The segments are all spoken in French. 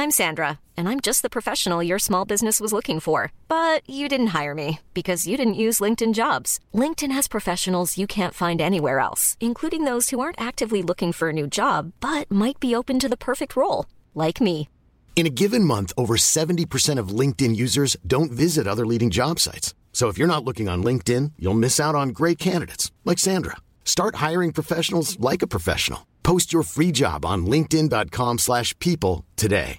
I'm Sandra, and I'm just the professional your small business was looking for. But you didn't hire me because you didn't use LinkedIn Jobs. LinkedIn has professionals you can't find anywhere else, including those who aren't actively looking for a new job, but might be open to the perfect role, like me. In a given month, over 70% of LinkedIn users don't visit other leading job sites. So if you're not looking on LinkedIn, you'll miss out on great candidates like Sandra. Start hiring professionals like a professional. Post your free job on linkedin.com/people today.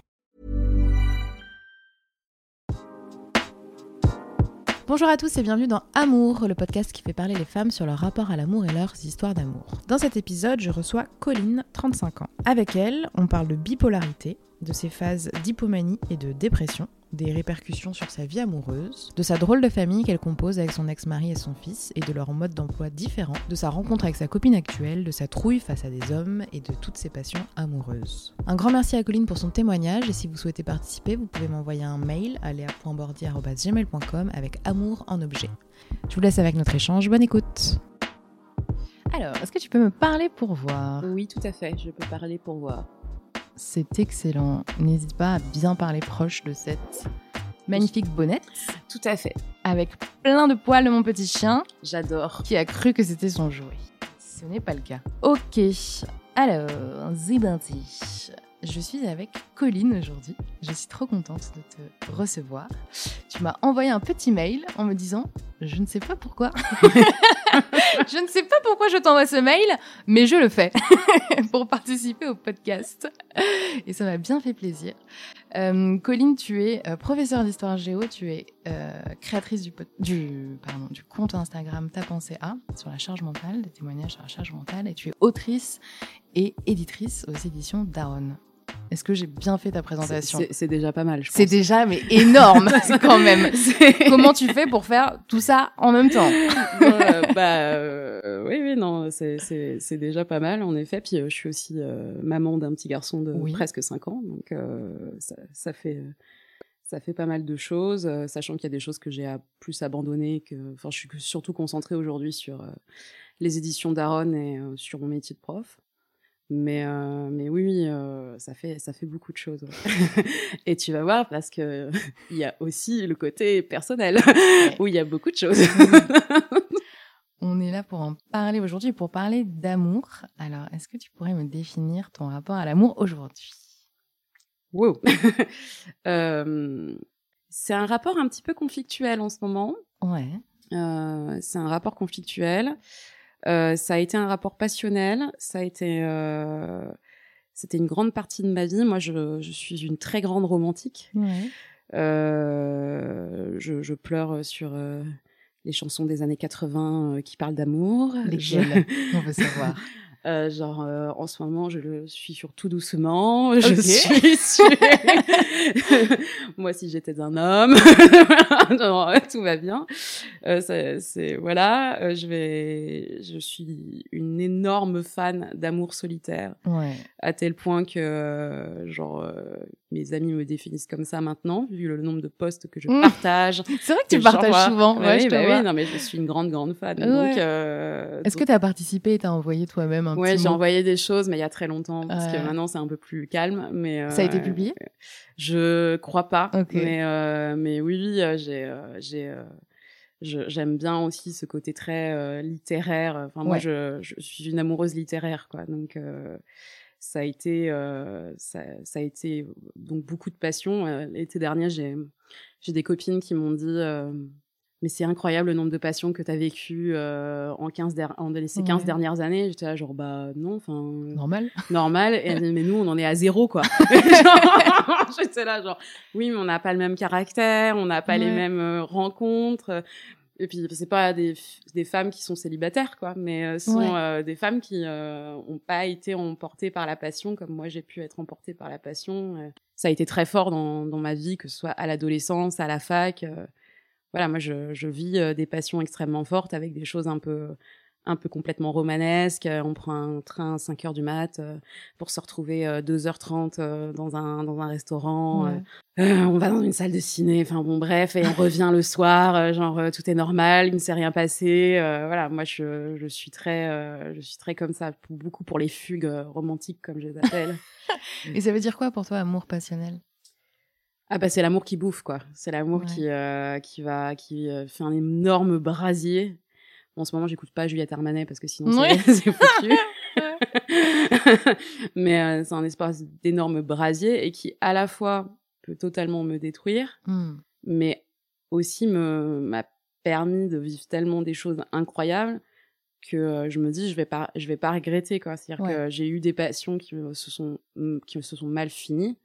Bonjour à tous et bienvenue dans Amour, le podcast qui fait parler les femmes sur leur rapport à l'amour et leurs histoires d'amour. Dans cet épisode, je reçois Colline, 35 ans. Avec elle, on parle de bipolarité, de ses phases d'hypomanie et de dépression, des répercussions sur sa vie amoureuse, de sa drôle de famille qu'elle compose avec son ex-mari et son fils et de leur mode d'emploi différents, de sa rencontre avec sa copine actuelle, de sa trouille face à des hommes et de toutes ses passions amoureuses. Un grand merci à Colline pour son témoignage et si vous souhaitez participer, vous pouvez m'envoyer un mail à lea.bordier@gmail.com avec amour en objet. Je vous laisse avec notre échange, bonne écoute. Alors, est-ce que tu peux me parler pour voir ? Oui, tout à fait, je peux parler pour voir. C'est excellent. N'hésite pas à bien parler proche de cette magnifique bonnette. Tout à fait. Avec plein de poils de mon petit chien. J'adore. Qui a cru que c'était son jouet. Ce n'est pas le cas. Ok. Alors, Zibanti. Je suis avec Colline aujourd'hui. Je suis trop contente de te recevoir. Tu m'as envoyé un petit mail en me disant « Je ne sais pas pourquoi. Je ne sais pas pourquoi je t'envoie ce mail, mais je le fais pour participer au podcast. » Et ça m'a bien fait plaisir. Colline, tu es professeure d'histoire géo. Tu es créatrice du compte Instagram Ta Pensée A sur la charge mentale, des témoignages sur la charge mentale. Et tu es autrice et éditrice aux éditions Daron. Est-ce que j'ai bien fait ta présentation ? C'est déjà pas mal, je pense. C'est déjà, mais énorme, quand même. Comment tu fais pour faire tout ça en même temps ? Oui, non, c'est déjà pas mal, en effet. Puis je suis aussi maman d'un petit garçon de presque 5 ans, donc ça fait pas mal de choses, sachant qu'il y a des choses que j'ai plus abandonnées. Je suis surtout concentrée aujourd'hui sur les éditions Daron et sur mon métier de prof. Mais oui, ça fait beaucoup de choses. Ouais. Et tu vas voir, parce que il y a aussi le côté personnel, où il y a beaucoup de choses. On est là pour en parler aujourd'hui, pour parler d'amour. Alors, est-ce que tu pourrais me définir ton rapport à l'amour aujourd'hui ? Wow. C'est un rapport un petit peu conflictuel en ce moment. Ouais. C'est un rapport conflictuel. Ça a été un rapport passionnel, c'était une grande partie de ma vie. Moi, je suis une très grande romantique. Ouais. Je pleure sur les chansons des années 80 qui parlent d'amour. Lesquelles ? On veut savoir. En ce moment, je le suis sur Tout doucement. Okay. Je suis sur Moi, si j'étais un homme, tout va bien. Voilà. Je suis une énorme fan d'amour solitaire. Ouais. À tel point que, mes amis me définissent comme ça maintenant, vu le nombre de posts que je partage. C'est vrai que tu partages souvent. Ouais, je te vois. Oui, non, mais je suis une grande fan. Ouais. Donc, est-ce que tu as participé et t'as envoyé toi-même un petit mot ? J'ai envoyé des choses, mais il y a très longtemps, parce que maintenant c'est un peu plus calme. Mais ça a été publié ? Je crois pas. Okay. Mais oui, j'aime bien aussi ce côté très littéraire. Enfin, moi, je suis une amoureuse littéraire, quoi. Donc ça a été donc beaucoup de passion. L'été dernier, j'ai des copines qui m'ont dit mais c'est incroyable le nombre de passions que tu as vécues en ces 15 dernières années. J'étais là genre non, enfin normal. Et mais nous on en est à 0, quoi. J'étais là genre oui, mais on n'a pas le même caractère, on n'a pas les mêmes rencontres. Et puis c'est pas des femmes qui sont célibataires, quoi, mais sont des femmes qui ont pas été emportées par la passion comme moi j'ai pu être emportée par la passion. Ça a été très fort dans ma vie, que ce soit à l'adolescence, à la fac. Voilà, moi je vis des passions extrêmement fortes avec des choses un peu complètement romanesques. On prend un train à 5h du mat pour se retrouver 2h30 dans un restaurant. On va dans une salle de ciné, enfin bon bref, et on revient le soir, tout est normal, il ne s'est rien passé. Voilà, moi je suis très comme ça, beaucoup pour les fugues romantiques comme je les appelle. Et ça veut dire quoi pour toi, amour passionnel ? Ah bah c'est l'amour qui bouffe quoi. C'est l'amour qui fait un énorme brasier. Bon, en ce moment j'écoute pas Juliette Armanet parce que sinon c'est foutu. Mais c'est un espace d'énorme brasier et qui à la fois peut totalement me détruire, mais aussi m'a permis de vivre tellement des choses incroyables que je me dis je vais pas regretter quoi. C'est-à-dire que j'ai eu des passions qui se sont mal finies.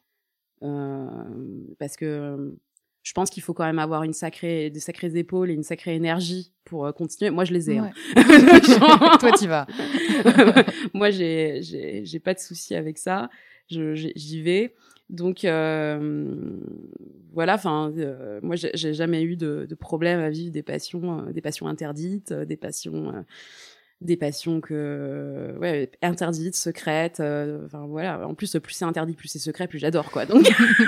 Parce que je pense qu'il faut quand même avoir des sacrées épaules et une sacrée énergie pour continuer. Moi, je les ai. Hein. Toi, t'y vas. Moi, j'ai pas de souci avec ça. J'y vais. Donc, voilà. Enfin, moi, j'ai jamais eu de problème à vivre des passions interdites, des passions interdites, secrètes. Enfin voilà. En plus, plus c'est interdit, plus c'est secret, plus j'adore quoi. Donc,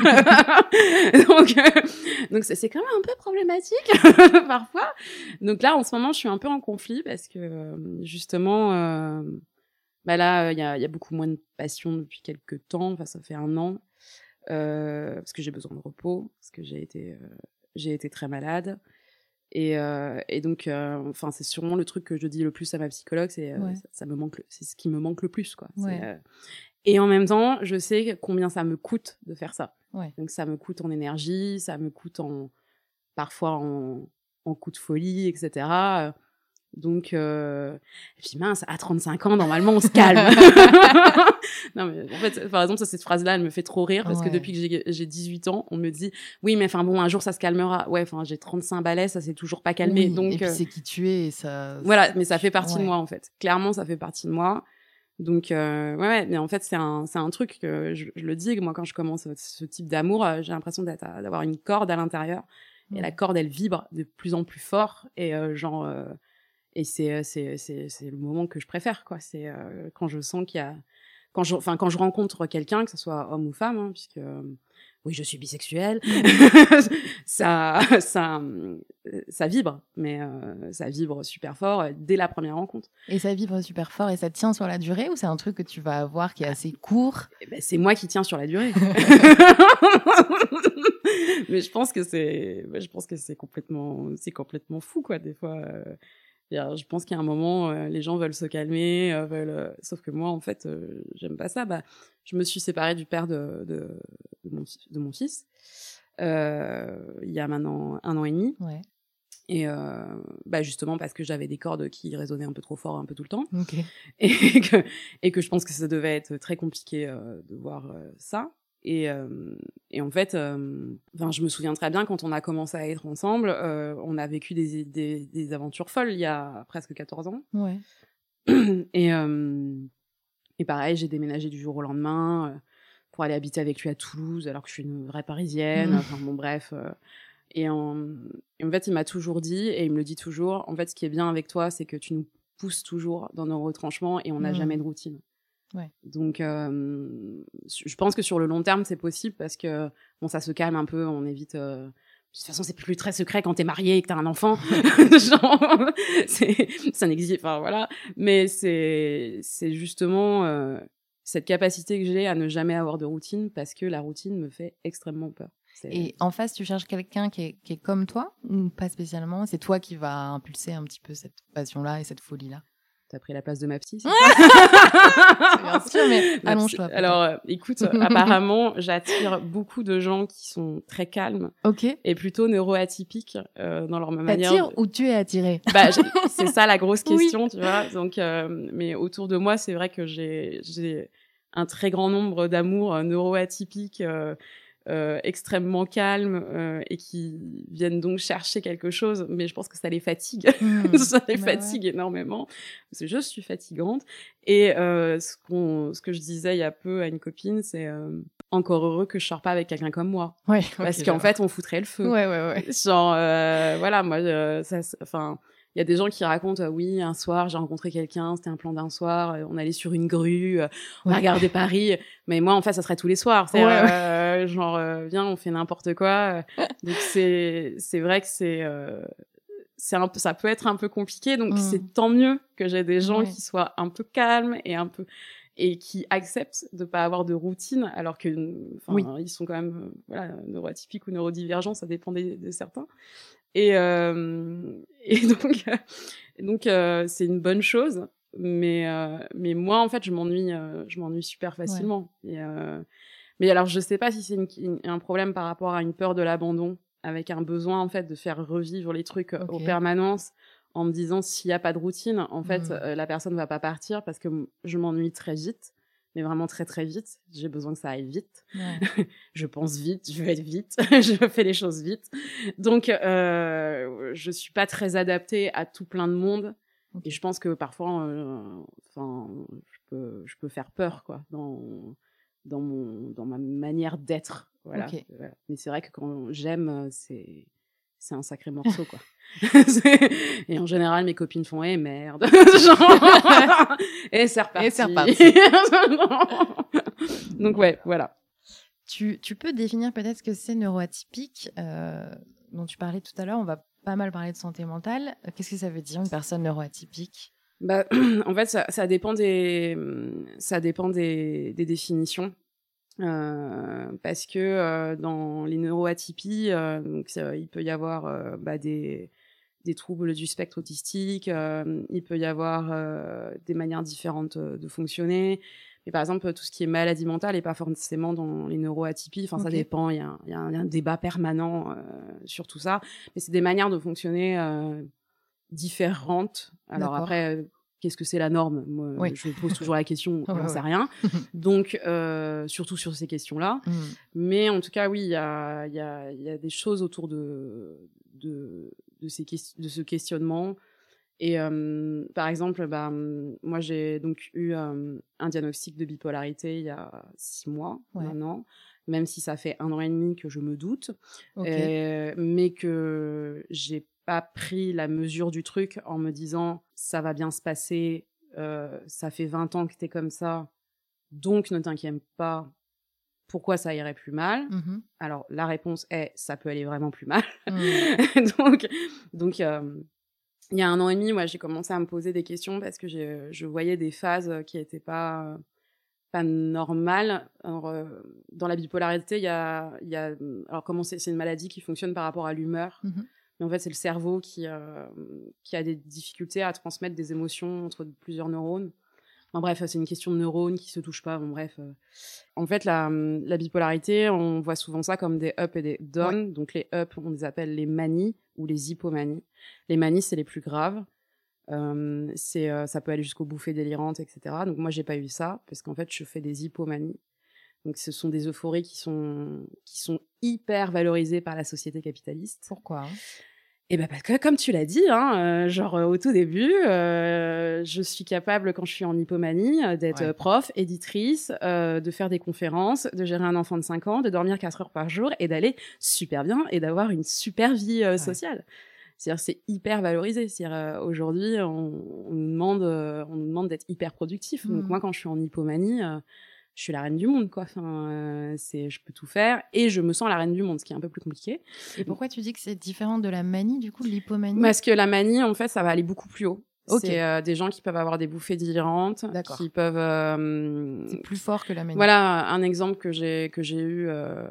donc c'est quand même un peu problématique parfois. Donc là, en ce moment, je suis un peu en conflit parce que justement, là, il y a beaucoup moins de passion depuis quelques temps. Enfin, ça fait 1 an parce que j'ai besoin de repos, parce que j'ai été très malade. Et donc, enfin, c'est sûrement le truc que je dis le plus à ma psychologue, c'est ça me manque, c'est ce qui me manque le plus, quoi. Et en même temps, je sais combien ça me coûte de faire ça. Donc, ça me coûte en énergie, ça me coûte parfois en coups de folie, etc. Donc, et puis mince, à 35 ans, normalement, on se calme. Non, mais en fait, par exemple, cette phrase-là, elle me fait trop rire parce que depuis que j'ai 18 ans, on me dit, oui, mais enfin bon, un jour, ça se calmera. Ouais, enfin, j'ai 35 balais, ça s'est toujours pas calmé. Oui, donc, et puis c'est qui tu es, et ça. Voilà, mais ça fait partie de moi, en fait. Clairement, ça fait partie de moi. Donc, mais en fait, c'est un truc que je le dis, moi, quand je commence ce type d'amour, j'ai l'impression d'avoir une corde à l'intérieur. Et la corde, elle vibre de plus en plus fort. Et et c'est le moment que je préfère, quoi. C'est quand je sens qu'il y a, quand je rencontre quelqu'un, que ce soit homme ou femme, hein, puisque oui, je suis bisexuelle, ça vibre, mais ça vibre super fort dès la première rencontre. Et ça vibre super fort et ça tient sur la durée, ou c'est un truc que tu vas avoir qui est assez court? C'est moi qui tiens sur la durée. Mais je pense que c'est complètement fou, quoi, des fois. Je pense qu'il y a un moment, les gens veulent se calmer, sauf que moi, en fait, j'aime pas ça. Je me suis séparée du père de mon fils il y a maintenant 1 an et demi. Et justement parce que j'avais des cordes qui résonnaient un peu trop fort un peu tout le temps. Et que je pense que ça devait être très compliqué de voir ça. Et en fait, je me souviens très bien quand on a commencé à être ensemble, on a vécu des aventures folles il y a presque 14 ans. Et pareil, j'ai déménagé du jour au lendemain pour aller habiter avec lui à Toulouse, alors que je suis une vraie Parisienne. Enfin bon, bref. Et en fait, il m'a toujours dit, et il me le dit toujours, en fait, ce qui est bien avec toi, c'est que tu nous pousses toujours dans nos retranchements et on n'a jamais de routine. Donc, je pense que sur le long terme, c'est possible parce que bon, ça se calme un peu, on évite. De toute façon, c'est plus très secret quand t'es marié et que t'as un enfant. Genre, ça n'existe. Enfin voilà. Mais c'est justement cette capacité que j'ai à ne jamais avoir de routine parce que la routine me fait extrêmement peur. Et en face, tu cherches quelqu'un qui est comme toi ou pas spécialement? C'est toi qui vas impulser un petit peu cette passion-là et cette folie-là? T'as pris la place de ma psy, c'est bien sûr, mais allonge-toi. Alors, écoute, apparemment, j'attire beaucoup de gens qui sont très calmes et plutôt neuroatypiques dans leur manière. T'attires ou tu es attiré? C'est ça la grosse question, tu vois. Donc, mais autour de moi, c'est vrai que j'ai un très grand nombre d'amours neuroatypiques. Extrêmement calmes et qui viennent donc chercher quelque chose, mais je pense que ça les fatigue. Ça les fatigue énormément parce que je suis fatigante. Et ce que je disais il y a peu à une copine, c'est encore heureux que je sors pas avec quelqu'un comme moi, parce qu'en fait on foutrait le feu. Genre voilà, moi il y a des gens qui racontent oui, un soir j'ai rencontré quelqu'un, c'était un plan d'un soir, on allait sur une grue, on a regardé Paris, mais moi en fait ça serait tous les soirs, genre viens, on fait n'importe quoi. Donc c'est vrai que ça peut être un peu compliqué, donc c'est tant mieux que j'ai des gens qui soient un peu calmes et et qui acceptent de pas avoir de routine, alors que, ils sont quand même, neuroatypiques ou neurodivergents, ça dépend de certains. Et donc, c'est une bonne chose, mais moi, en fait, je m'ennuie super facilement. Ouais. Mais alors, je sais pas si c'est un problème par rapport à une peur de l'abandon, avec un besoin, en fait, de faire revivre les trucs en permanence, en me disant, s'il y a pas de routine, en fait, la personne va pas partir parce que je m'ennuie très vite, mais vraiment très, très vite. J'ai besoin que ça aille vite. Ouais. Je pense vite, je veux être vite, je fais les choses vite. Donc, je suis pas très adaptée à tout plein de monde. Okay. Et je pense que parfois, je peux faire peur, quoi, dans ma manière d'être. Voilà. Okay. Mais c'est vrai que quand j'aime, c'est un sacré morceau, quoi. Et en général, mes copines font merde. Genre... et c'est reparti. Et c'est reparti. Donc, ouais, voilà. Tu peux définir peut-être ce que c'est neuroatypique, dont tu parlais tout à l'heure. On va pas mal parler de santé mentale. Qu'est-ce que ça veut dire, une personne neuroatypique ? En fait, ça dépend des définitions. Parce que dans les neuroatypies, il peut y avoir des troubles du spectre autistique, il peut y avoir des manières différentes de fonctionner. Mais par exemple, tout ce qui est maladie mentale n'est pas forcément dans les neuroatypies. Enfin, ça dépend. Il y a un débat permanent sur tout ça. Mais c'est des manières de fonctionner différentes. Alors après, qu'est-ce que c'est la norme ? Moi, je me pose toujours la question, j'en sais rien. Donc, surtout sur ces questions-là. Mais en tout cas, oui, il y a des choses autour de ce questionnement. Et par exemple, moi, j'ai donc eu un diagnostic de bipolarité il y a 6 mois maintenant, même si ça fait 1 an et demi que je me doute, mais que j'ai pas pris la mesure du truc en me disant ça va bien se passer, ça fait 20 ans que t'es comme ça, donc ne t'inquiète pas, pourquoi ça irait plus mal ? Alors la réponse est ça peut aller vraiment plus mal. Donc il y a 1 an et demi, moi j'ai commencé à me poser des questions parce que je voyais des phases qui étaient pas normales. Alors, dans la bipolarité, il y a alors comment c'est une maladie qui fonctionne par rapport à l'humeur. Mais en fait, c'est le cerveau qui a des difficultés à transmettre des émotions entre plusieurs neurones. Enfin, bref, c'est une question de neurones qui se touchent pas. Bon, bref. En fait, la bipolarité, on voit souvent ça comme des up et des down. Donc, les up, on les appelle les manies ou les hypomanies. Les manies, c'est les plus graves. Ça peut aller jusqu'aux bouffées délirantes, etc. Donc, moi, j'ai pas eu ça parce qu'en fait, je fais des hypomanies. Donc, ce sont des euphories qui sont hyper valorisées par la société capitaliste. Pourquoi ? Et parce que, comme tu l'as dit, au tout début, je suis capable, quand je suis en hypomanie, d'être prof, éditrice, de faire des conférences, de gérer un enfant de 5 ans, de dormir 4 heures par jour et d'aller super bien et d'avoir une super vie sociale. C'est-à-dire, c'est hyper valorisé. C'est-à-dire, aujourd'hui, on nous demande d'être hyper productif. Donc, moi, quand je suis en hypomanie, je suis la reine du monde, quoi. Enfin, je peux tout faire et je me sens la reine du monde, ce qui est un peu plus compliqué. Et pourquoi tu dis que c'est différent de la manie, du coup, de l'hypomanie ? Parce que la manie, en fait, ça va aller beaucoup plus haut. C'est des gens qui peuvent avoir des bouffées délirantes, qui peuvent... c'est plus fort que la manie. Voilà, un exemple que j'ai eu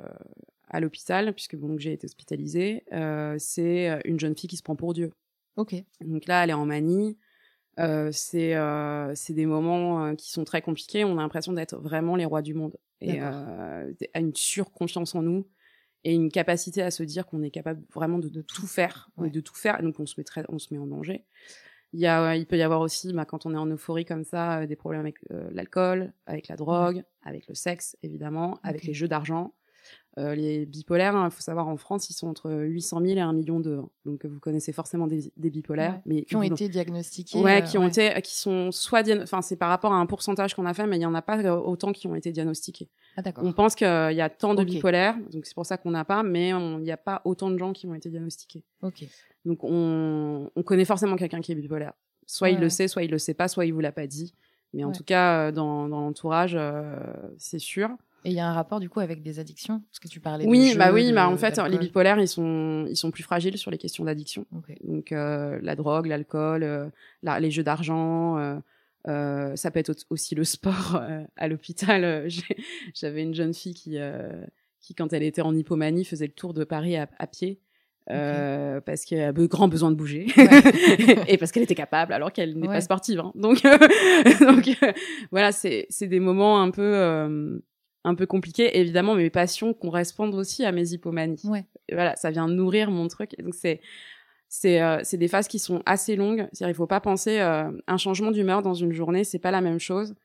à l'hôpital, puisque donc j'ai été hospitalisée, c'est une jeune fille qui se prend pour Dieu. Ok. Donc là, elle est en manie. C'est des moments qui sont très compliqués. On a l'impression d'être vraiment les rois du monde. Et une surconfiance en nous et une capacité à se dire qu'on est capable vraiment de tout faire. De tout faire. Donc on se met en danger. Il peut y avoir aussi, quand on est en euphorie comme ça, des problèmes avec l'alcool, avec la drogue, avec le sexe, évidemment, avec les jeux d'argent. Les bipolaires, il faut savoir, en France, ils sont entre 800 000 et 1 million d'eux. Donc, vous connaissez forcément des bipolaires. Mais qui ont été diagnostiqués. Qui sont soit... Enfin, c'est par rapport à un pourcentage qu'on a fait, mais il n'y en a pas autant qui ont été diagnostiqués. Ah, d'accord. On pense qu'il y a tant de bipolaires, donc c'est pour ça qu'on n'a pas, mais il n'y a pas autant de gens qui ont été diagnostiqués. Ok. Donc, on connaît forcément quelqu'un qui est bipolaire. Soit il le sait, soit il le sait pas, soit il vous l'a pas dit. Mais en tout cas, dans l'entourage, c'est sûr. Et il y a un rapport du coup avec des addictions, parce que tu parlais en fait, les bipolaires, ils sont plus fragiles sur les questions d'addiction. Donc la drogue, l'alcool, les jeux d'argent, Ça peut être aussi le sport. À l'hôpital, j'avais une jeune fille qui, quand elle était en hypomanie, faisait le tour de Paris à pied. Parce qu'elle avait grand besoin de bouger et parce qu'elle était capable alors qu'elle n'est pas sportive, hein. Donc voilà, c'est des moments un peu compliqués. Évidemment, mes passions correspondent aussi à mes hypomanies. Voilà, ça vient nourrir mon truc. Donc c'est des phases qui sont assez longues. C'est-à-dire, il faut pas penser un changement d'humeur dans une journée, c'est pas la même chose.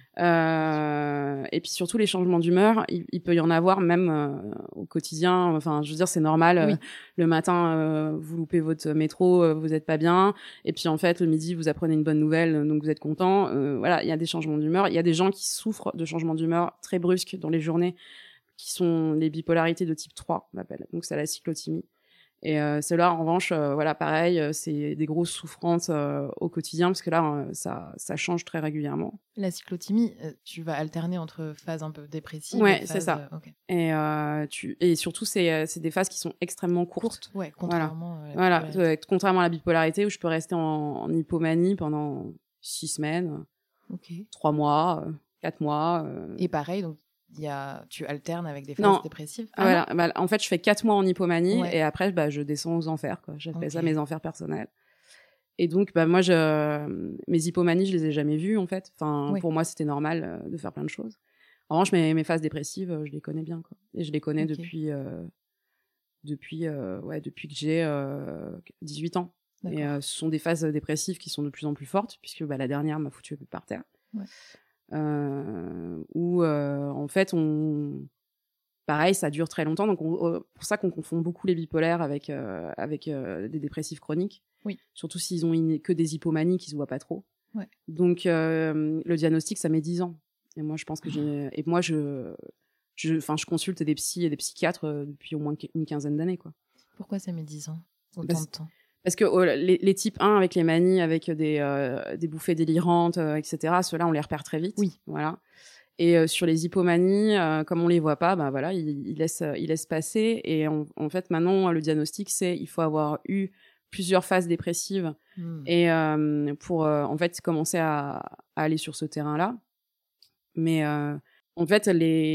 Et puis surtout les changements d'humeur, il peut y en avoir même au quotidien. Enfin, je veux dire, c'est normal. Le matin, vous loupez votre métro, vous êtes pas bien. Et puis en fait, le midi, vous apprenez une bonne nouvelle, donc vous êtes content. Voilà, il y a des changements d'humeur. Il y a des gens qui souffrent de changements d'humeur très brusques dans les journées, qui sont les bipolarités de type 3, on appelle. Donc c'est la cyclothymie. Et ceux-là, en revanche, voilà, pareil, c'est des grosses souffrances au quotidien, parce que là, ça change très régulièrement. La cyclothymie, tu vas alterner entre phases un peu dépressives et phases... c'est ça. Okay. Et surtout, c'est des phases qui sont extrêmement courtes. Contrairement contrairement à la bipolarité, où je peux rester en hypomanie pendant 6 semaines, 3 mois, 4 mois. Et pareil, donc tu alternes avec des phases dépressives. En fait, je fais 4 mois en hypomanie et après, je descends aux enfers, quoi. J'appelle ça mes enfers personnels. Et donc, moi, mes hypomanies, je les ai jamais vues, en fait. Enfin, pour moi, c'était normal de faire plein de choses. En revanche, mes phases dépressives, je les connais bien, quoi. Et je les connais depuis que j'ai 18 ans. Et ce sont des phases dépressives qui sont de plus en plus fortes, puisque la dernière m'a foutu par terre. Où en fait pareil, ça dure très longtemps, donc pour ça qu'on confond beaucoup les bipolaires avec des dépressifs chroniques, surtout s'ils ont que des hypomanies qui se voient pas trop. Donc le diagnostic, ça met 10 ans, et moi je pense que je consulte des psys et des psychiatres depuis au moins une quinzaine d'années, quoi. Pourquoi ça met 10 ans, autant de temps? Parce que les types 1 avec les manies, avec des bouffées délirantes, etc., ceux-là, on les repère très vite. Voilà. Et sur les hypomanies, comme on les voit pas, voilà, ils laissent passer. Et en fait, maintenant, le diagnostic, c'est il faut avoir eu plusieurs phases dépressives et pour en fait commencer à aller sur ce terrain-là. Mais en fait,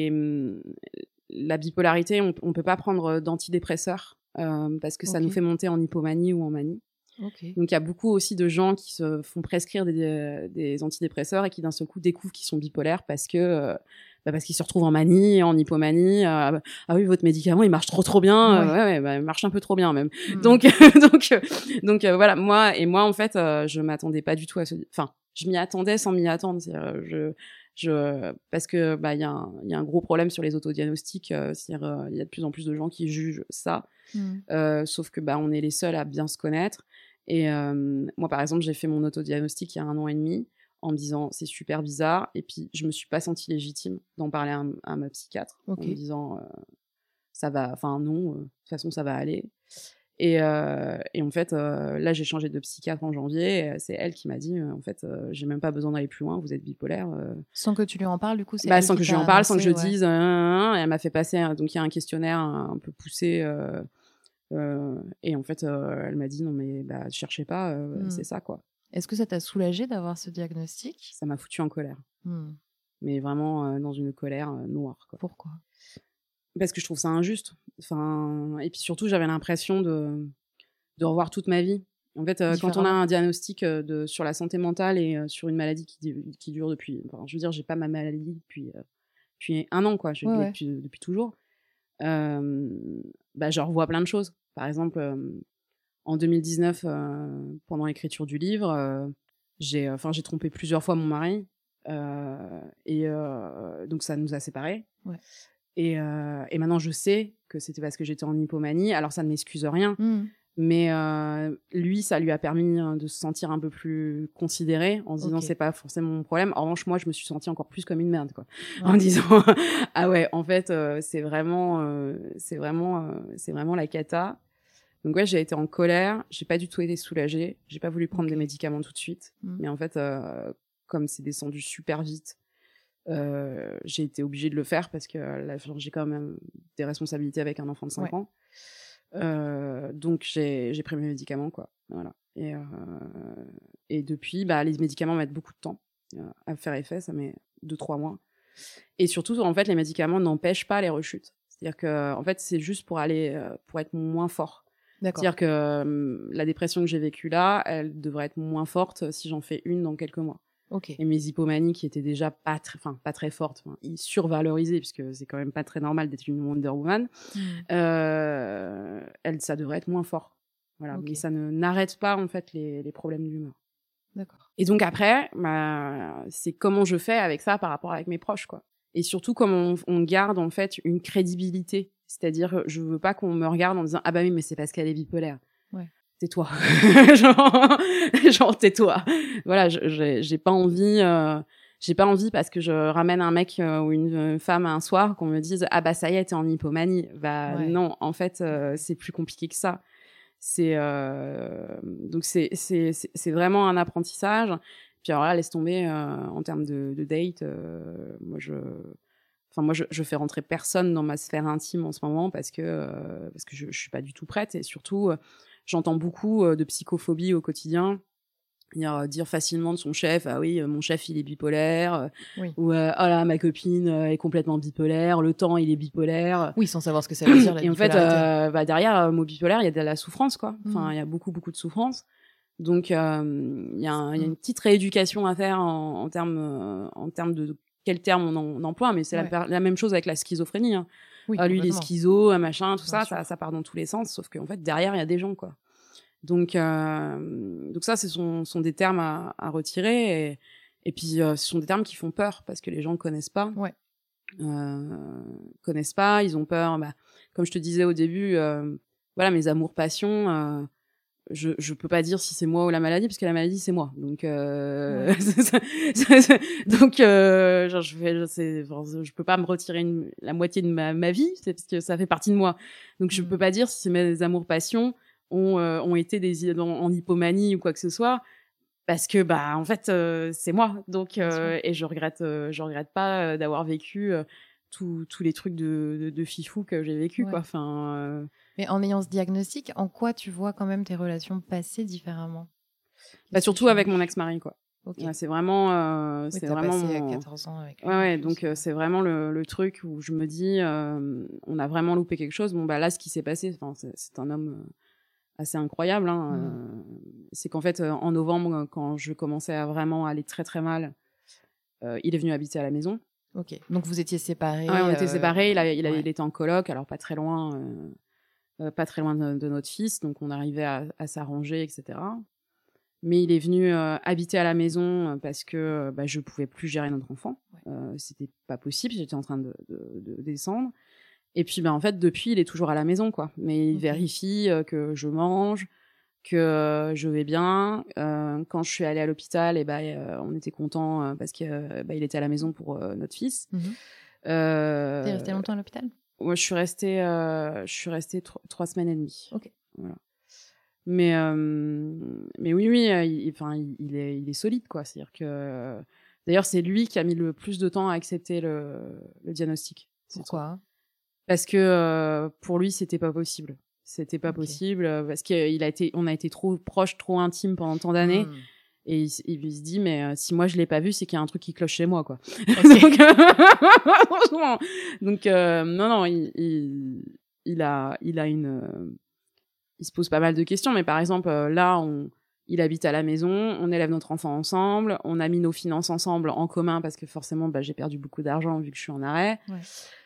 la bipolarité, on peut pas prendre d'antidépresseurs. Parce que ça nous fait monter en hypomanie ou en manie. Donc il y a beaucoup aussi de gens qui se font prescrire des antidépresseurs et qui d'un seul coup découvrent qu'ils sont bipolaires parce qu'ils se retrouvent en manie, en hypomanie. Ah oui, votre médicament il marche trop bien. Il marche un peu trop bien même. Donc voilà, moi en fait je m'attendais pas du tout à enfin je m'y attendais sans m'y attendre. Parce que il y a un gros problème sur les autodiagnostics, c'est-à-dire il y a de plus en plus de gens qui jugent ça. Sauf que on est les seuls à bien se connaître. Et moi par exemple, j'ai fait mon autodiagnostic il y a 1 an et demi en me disant c'est super bizarre, et puis je me suis pas sentie légitime d'en parler à ma psychiatre en me disant ça va, enfin non, de toute façon ça va aller. Et en fait, là, j'ai changé de psychiatre en janvier. Et c'est elle qui m'a dit, en fait, j'ai même pas besoin d'aller plus loin. Vous êtes bipolaire. Sans que tu lui en parles, du coup, c'est sans que je lui en parle, sans que je dise. Et elle m'a fait passer. Donc, il y a un questionnaire un peu poussé. Et en fait, elle m'a dit non, mais cherchez pas. C'est ça, quoi. Est-ce que ça t'a soulagée d'avoir ce diagnostic? Ça m'a foutu en colère. Mais vraiment dans une colère noire, quoi. Pourquoi? Parce que je trouve ça injuste. Enfin, et puis surtout, j'avais l'impression de revoir toute ma vie. En fait, quand on a un diagnostic sur la santé mentale et sur une maladie qui dure depuis... Enfin, je veux dire, j'ai pas ma maladie depuis 1 an, quoi. Je l'ai depuis toujours. Je revois plein de choses. Par exemple, en 2019, pendant l'écriture du livre, j'ai trompé plusieurs fois mon mari. Donc, ça nous a séparés. Et maintenant, je sais que c'était parce que j'étais en hypomanie. Alors, ça ne m'excuse rien. Mais lui, ça lui a permis de se sentir un peu plus considéré en se disant c'est pas forcément mon problème. En revanche, moi, je me suis sentie encore plus comme une merde, quoi. En disant ah ouais, en fait, c'est vraiment la cata. Donc ouais, j'ai été en colère. J'ai pas du tout été soulagée. J'ai pas voulu prendre des médicaments tout de suite. Mais en fait, comme c'est descendu super vite, j'ai été obligée de le faire parce que là, j'ai quand même des responsabilités avec un enfant de 5 ans. Donc j'ai pris mes médicaments, quoi. Voilà. Et depuis, les médicaments mettent beaucoup de temps. à faire effet, ça met 2-3 mois. Et surtout, en fait, les médicaments n'empêchent pas les rechutes. C'est-à-dire que, en fait, c'est juste pour être moins fort. D'accord. C'est-à-dire que la dépression que j'ai vécue là, elle devrait être moins forte si j'en fais une dans quelques mois. Ok. Et mes hypomanies qui étaient déjà pas très fortes, survalorisées, puisque c'est quand même pas très normal d'être une Wonder Woman, ça devrait être moins fort. Voilà. Okay. Mais ça n'arrête pas, en fait, les problèmes d'humeur. D'accord. Et donc après, c'est comment je fais avec ça par rapport avec mes proches, quoi. Et surtout comment on garde, en fait, une crédibilité. C'est-à-dire, je veux pas qu'on me regarde en disant « Ah bah oui, mais c'est parce qu'elle est bipolaire. » Ouais. Tais-toi. genre tais-toi. Voilà, j'ai pas envie... J'ai pas envie parce que je ramène un mec ou une femme un soir qu'on me dise « Ah bah ça y est, t'es en hypomanie. » Non, en fait, c'est plus compliqué que ça. Donc c'est vraiment un apprentissage. Puis alors là, laisse tomber en termes de date. Moi, je fais rentrer personne dans ma sphère intime en ce moment parce que je suis pas du tout prête. Et surtout, j'entends beaucoup de psychophobie au quotidien. Dire facilement de son chef, ah oui, mon chef il est bipolaire, oui. Ou oh là ma copine est complètement bipolaire, le temps il est bipolaire. Oui, sans savoir ce que ça veut dire la et en fait, derrière le mot bipolaire, il y a de la souffrance, quoi. Enfin, il y a beaucoup de souffrance. Donc, il y a une petite rééducation à faire en termes de quel terme on emploie, mais c'est la même chose avec la schizophrénie. Hein. Oui, lui, il est schizo, machin, tout ça part dans tous les sens, sauf qu'en fait, derrière, il y a des gens, quoi. Donc ça, ce sont des termes à retirer. Et puis, ce sont des termes qui font peur, parce que les gens ne connaissent pas. Ouais. Connaissent pas, ils ont peur. Comme je te disais au début, voilà, mes amours-passions... je peux pas dire si c'est moi ou la maladie parce que la maladie c'est moi donc je peux pas me retirer la moitié de ma vie, c'est parce que ça fait partie de moi, donc je peux pas dire si mes amours passions ont été en hypomanie ou quoi que ce soit, parce que en fait c'est moi, donc et je regrette pas d'avoir vécu tous les trucs de fifou que j'ai vécu, quoi. Enfin mais en ayant ce diagnostic, en quoi tu vois quand même tes relations passées différemment? Surtout avec mon ex-mari, quoi. Okay. Ouais, c'est vraiment c'est vraiment passé à 14 ans avec lui. Ouais, donc c'est vraiment le truc où je me dis on a vraiment loupé quelque chose. Bon là, ce qui s'est passé, c'est un homme assez incroyable, hein. C'est qu'en fait en novembre, quand je commençais à vraiment aller très très mal, il est venu habiter à la maison. Ok, donc vous étiez séparés. Ouais, on était séparés. Il était en coloc, alors pas très loin de notre fils, donc on arrivait à s'arranger, etc. Mais il est venu habiter à la maison parce que je pouvais plus gérer notre enfant. C'était pas possible, j'étais en train de descendre. Et puis en fait, depuis, il est toujours à la maison, quoi. Mais il vérifie que je mange, que je vais bien. Quand je suis allée à l'hôpital, on était contents parce que il était à la maison pour notre fils. T'es restée longtemps à l'hôpital? Ouais, je suis restée 3 semaines et demie. Ok. Voilà. Mais oui, il est solide, quoi. C'est-à-dire que d'ailleurs, c'est lui qui a mis le plus de temps à accepter le diagnostic. Pourquoi? Parce que pour lui, c'était pas possible. C'était pas possible parce qu'on a été trop proches, trop intimes pendant tant d'années. Et il se dit, mais si moi je l'ai pas vu, c'est qu'il y a un truc qui cloche chez moi, quoi. Okay. donc non, il se pose pas mal de questions, mais par exemple là, il habite à la maison, on élève notre enfant ensemble, on a mis nos finances ensemble en commun parce que forcément, j'ai perdu beaucoup d'argent vu que je suis en arrêt. Ouais.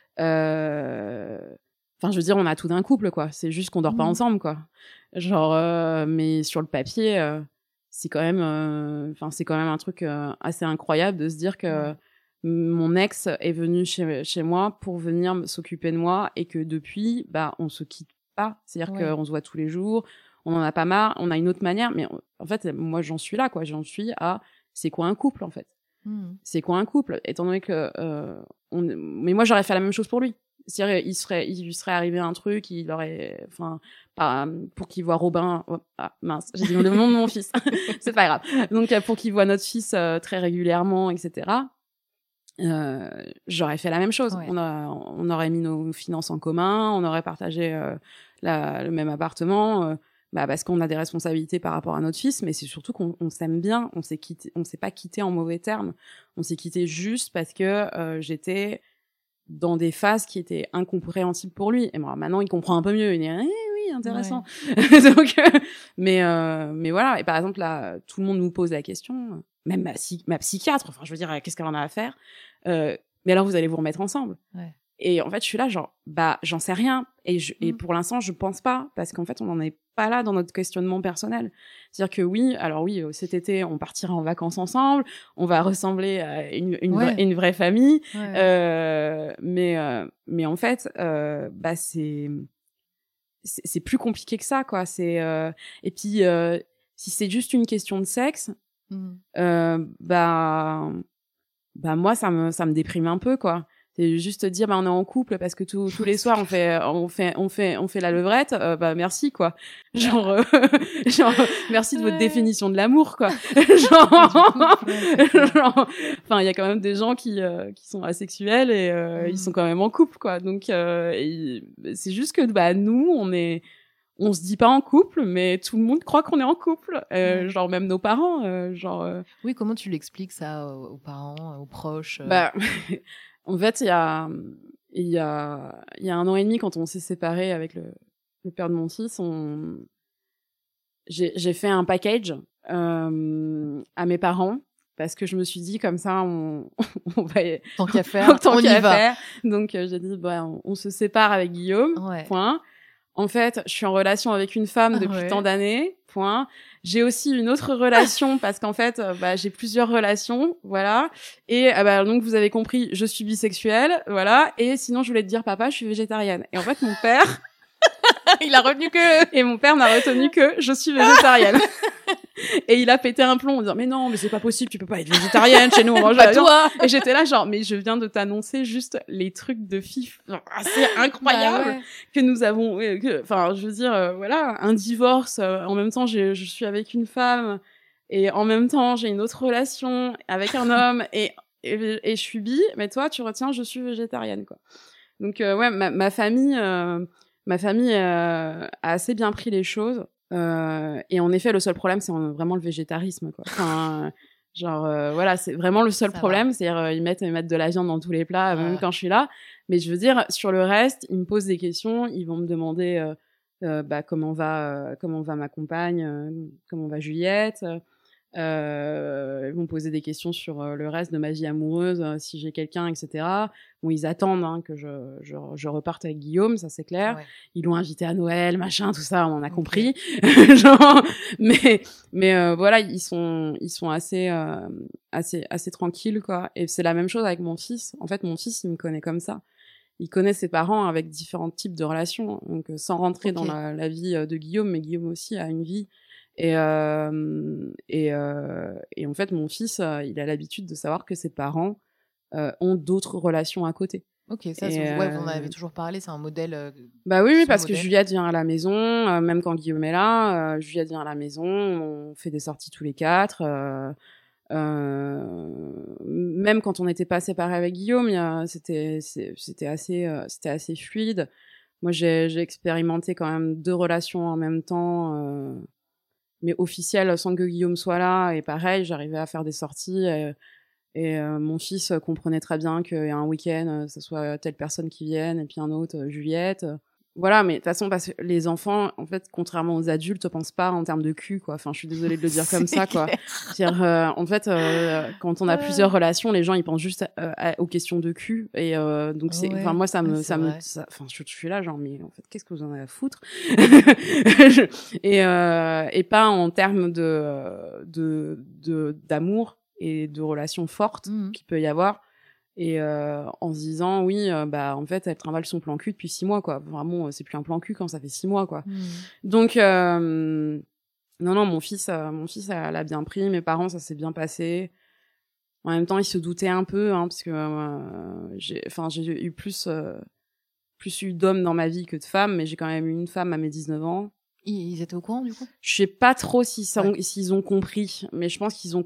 Je veux dire, on a tout d'un couple, quoi. C'est juste qu'on dort pas ensemble, quoi. Genre, mais sur le papier. C'est quand même un truc assez incroyable de se dire que mon ex est venu chez moi pour venir s'occuper de moi et que depuis, on se quitte pas. C'est-à-dire qu'on se voit tous les jours, on en a pas marre, on a une autre manière, mais en fait, moi, j'en suis là, quoi. J'en suis à c'est quoi un couple, en fait. C'est quoi un couple? Étant donné que mais moi, j'aurais fait la même chose pour lui. C'est-à-dire, il lui serait arrivé un truc, il aurait, pour qu'il voit Robin, mince, j'ai dit le nom de mon fils, c'est pas grave. Donc, pour qu'il voit notre fils très régulièrement, etc., j'aurais fait la même chose. Ouais. On aurait mis nos finances en commun, on aurait partagé le même appartement. parce qu'on a des responsabilités par rapport à notre fils, mais c'est surtout qu'on s'aime bien, on s'est pas quitté en mauvais termes, on s'est quitté juste parce que j'étais dans des phases qui étaient incompréhensibles pour lui. Et moi, maintenant, il comprend un peu mieux. Il dit, oui, intéressant. Ouais. Donc, mais voilà. Et par exemple, là, tout le monde nous pose la question, même ma psychiatre, enfin, je veux dire, qu'est-ce qu'elle en a à faire? Mais alors, vous allez vous remettre ensemble. Ouais. Et en fait, je suis là, genre, j'en sais rien. Et pour l'instant, je pense pas, parce qu'en fait, on n'en est pas là dans notre questionnement personnel. C'est-à-dire que oui, cet été, on partira en vacances ensemble, on va ressembler à une vraie famille. Ouais. Mais en fait, c'est plus compliqué que ça, quoi. Et puis, si c'est juste une question de sexe, moi, ça me déprime un peu, quoi. C'est juste dire on est en couple parce que tous les soirs on fait la levrette, merci, quoi. Genre merci de votre définition de l'amour, quoi. Enfin, il y a quand même des gens qui sont asexuels et ils sont quand même en couple, quoi. Donc c'est juste que nous on se dit pas en couple, mais tout le monde croit qu'on est en couple. Genre même nos parents, Oui, comment tu l'expliques ça aux parents, aux proches En fait, il y a 1 an et demi, quand on s'est séparés avec le père de mon fils, j'ai fait un package à mes parents, parce que je me suis dit, comme ça, on va tant qu'à faire, on y va. Donc j'ai dit, on se sépare avec Guillaume, point. En fait, je suis en relation avec une femme depuis tant d'années, point. J'ai aussi une autre relation parce qu'en fait, j'ai plusieurs relations, voilà. Et donc vous avez compris, je suis bisexuelle, voilà. Et sinon, je voulais te dire, papa, je suis végétarienne. Et en fait, mon père, il a retenu que... Et mon père n'a retenu que je suis végétarienne. Et il a pété un plomb en disant, mais non, mais c'est pas possible, tu peux pas être végétarienne, chez nous on mange pas toi. Et j'étais là genre, mais je viens de t'annoncer juste les trucs de fif assez incroyables que nous avons, enfin, je veux dire, voilà, un divorce, en même temps je suis avec une femme, et en même temps j'ai une autre relation avec un homme, et je suis bi, mais toi tu retiens je suis végétarienne, quoi. Donc ma famille a assez bien pris les choses. Et en effet, le seul problème, c'est vraiment le végétarisme, quoi. Enfin, voilà, c'est vraiment le seul problème. C'est-à-dire, ils mettent de la viande dans tous les plats, même quand je suis là. Mais je veux dire, sur le reste, ils me posent des questions. Ils vont me demander comment va ma compagne, comment va Juliette. Ils vont me poser des questions sur le reste de ma vie amoureuse, si j'ai quelqu'un, etc. Bon, ils attendent que je reparte avec Guillaume, ça c'est clair. Ouais. Ils l'ont invité à Noël, machin, tout ça, on en a compris. Mais voilà, ils sont assez tranquilles, quoi. Et c'est la même chose avec mon fils. En fait, mon fils, il me connaît comme ça. Il connaît ses parents avec différents types de relations. Donc, sans rentrer dans la vie de Guillaume, mais Guillaume aussi a une vie. Et en fait, mon fils, il a l'habitude de savoir que ses parents ont d'autres relations à côté. Ok, ça, vous en avez toujours parlé, c'est un modèle. Oui, parce que Juliette vient à la maison, même quand Guillaume est là, Juliette vient à la maison, on fait des sorties tous les 4. Même quand on n'était pas séparés avec Guillaume, c'était assez fluide. Moi, j'ai expérimenté quand même 2 relations en même temps. Mais officielle, sans que Guillaume soit là, et pareil, j'arrivais à faire des sorties, et mon fils comprenait très bien qu'un week-end, ce soit telle personne qui vienne, et puis un autre, Juliette. Voilà, mais de toute façon, parce que les enfants, en fait, contrairement aux adultes, pensent pas en termes de cul, quoi. Enfin, je suis désolée de le dire comme ça, quoi. C'est-à-dire, en fait, quand on a plusieurs relations, les gens, ils pensent juste aux questions de cul, et donc enfin, moi, enfin, je suis là, genre, mais en fait, qu'est-ce que vous en avez à foutre? Et pas en termes d'amour et de relations fortes qu'il peut y avoir. Et en se disant en fait elle trimballe son plan cul depuis 6 mois, quoi. Vraiment, c'est plus un plan cul quand ça fait 6 mois, quoi. Donc non, mon fils elle a bien pris. Mes parents, ça s'est bien passé. En même temps, ils se doutaient un peu, parce que j'ai eu plus eu d'hommes dans ma vie que de femmes, mais j'ai quand même eu une femme à mes 19 ans. Ils étaient au courant, du coup? Je sais pas trop s'ils ont compris, mais je pense qu'ils ont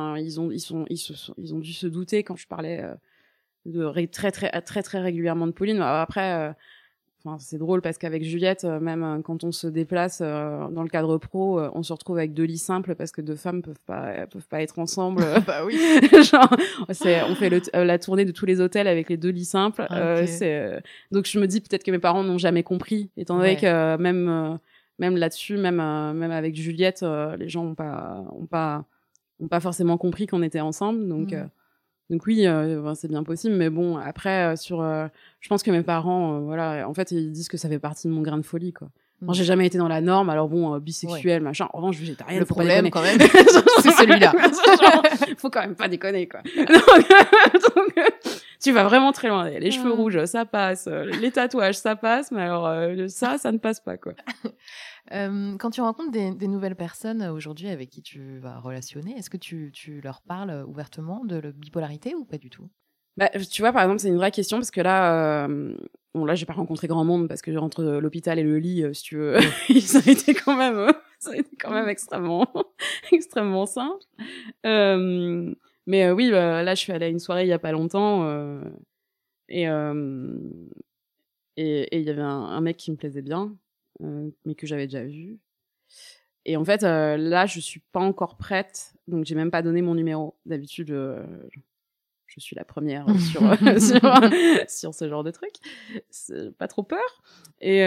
dû se douter quand je parlais très très très très régulièrement de Pauline. Après, Enfin, c'est drôle parce qu'avec Juliette, même quand on se déplace dans le cadre pro, on se retrouve avec 2 lits simples parce que 2 femmes peuvent pas être ensemble. Bah oui. Genre, on fait la tournée de tous les hôtels avec les 2 lits simples. Okay. Donc je me dis peut-être que mes parents n'ont jamais compris, étant donné que même là-dessus, même avec Juliette, les gens ont pas forcément compris qu'on était ensemble. Donc oui, c'est bien possible, mais bon, après je pense que mes parents, voilà, en fait, ils disent que ça fait partie de mon grain de folie, quoi. Moi, j'ai jamais été dans la norme, alors bon, bisexuelle, machin. En revanche, végétarienne, le faut problème, pas déconner. quand même, c'est celui-là. Faut quand même pas déconner, quoi. Donc, tu vas vraiment très loin. Les cheveux rouges, ça passe. Les tatouages, ça passe, mais alors ça ne passe pas, quoi. Quand tu rencontres des nouvelles personnes aujourd'hui avec qui tu vas relationner, est-ce que tu leur parles ouvertement de la bipolarité ou pas du tout? Bah, tu vois, par exemple, c'est une vraie question parce que là, là, j'ai pas rencontré grand monde parce que entre l'hôpital et le lit, si tu veux, ça a été quand même extrêmement simple. Mais oui, là, je suis allée à une soirée il y a pas longtemps et il y avait un mec qui me plaisait bien, mais que j'avais déjà vu. Et en fait, là, je suis pas encore prête, donc j'ai même pas donné mon numéro. D'habitude, je suis la première sur ce genre de truc. C'est pas trop peur. Et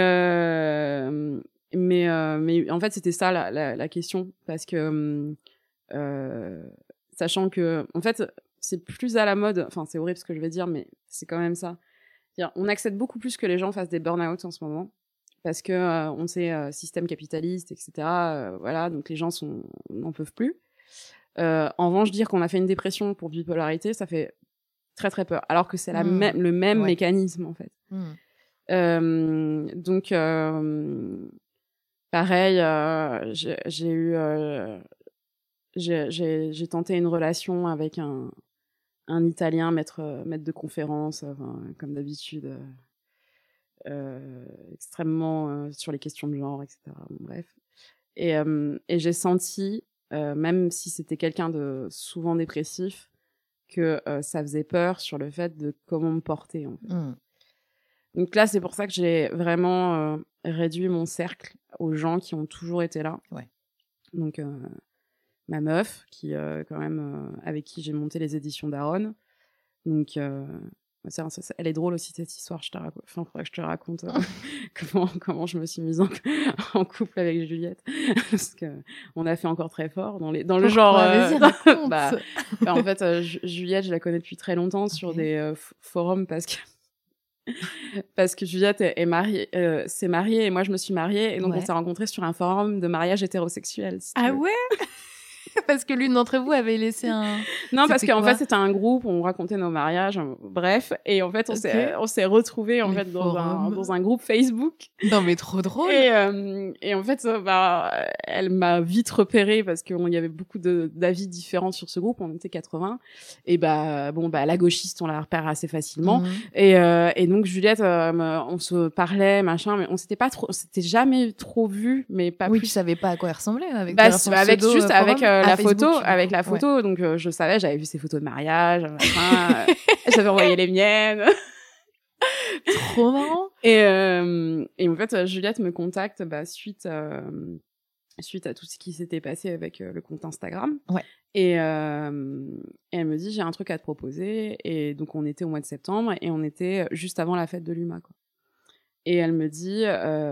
mais en fait, c'était ça la question, parce que sachant que en fait, c'est plus à la mode. Enfin, c'est horrible ce que je vais dire, mais c'est quand même ça. C'est-à-dire, on accepte beaucoup plus que les gens fassent des burn-out en ce moment, parce que on sait système capitaliste, etc. Voilà, donc les gens n'en peuvent plus. En revanche, dire qu'on a fait une dépression pour bipolarité, ça fait très très peur, alors que c'est le même mécanisme en fait. Donc pareil, j'ai tenté une relation avec un Italien maître de conférence, comme d'habitude, extrêmement sur les questions de genre, etc. Bon, bref, et j'ai senti, même si c'était quelqu'un de souvent dépressif, que ça faisait peur sur le fait de comment me porter, en fait. Donc là, c'est pour ça que j'ai vraiment réduit mon cercle aux gens qui ont toujours été là. Donc ma meuf, qui quand même avec qui j'ai monté les éditions d'Aaron. Donc elle est drôle aussi, cette histoire. Faudrait que je te raconte comment je me suis mise en couple avec Juliette, parce que on a fait encore très fort dans le genre. Vas-y, raconte. En fait, Juliette, je la connais depuis très longtemps sur des forums, parce que Juliette s'est mariée et moi je me suis mariée, et donc on s'est rencontrés sur un forum de mariage hétérosexuel. Ouais. Parce que l'une d'entre vous avait laissé un... Non, parce qu'en fait, c'était un groupe où on racontait nos mariages, bref. Et en fait, on s'est retrouvés, en fait, dans un groupe Facebook. Non, mais trop drôle. Et en fait, elle m'a vite repérée parce qu'il y avait beaucoup d'avis différents sur ce groupe. On était 80. Et la gauchiste, on la repère assez facilement. Et donc, Juliette, on se parlait, machin, mais on s'était jamais trop vus, mais pas plus. Oui, tu savais pas à quoi elle ressemblait avec la photo, donc je savais, j'avais vu ses photos de mariage, machin, j'avais envoyé les miennes. Trop marrant. Et en fait, Juliette me contacte suite à tout ce qui s'était passé avec le compte Instagram. Et elle me dit, j'ai un truc à te proposer. Et donc on était au mois de septembre et on était juste avant la fête de l'UMA, quoi. Et elle me dit,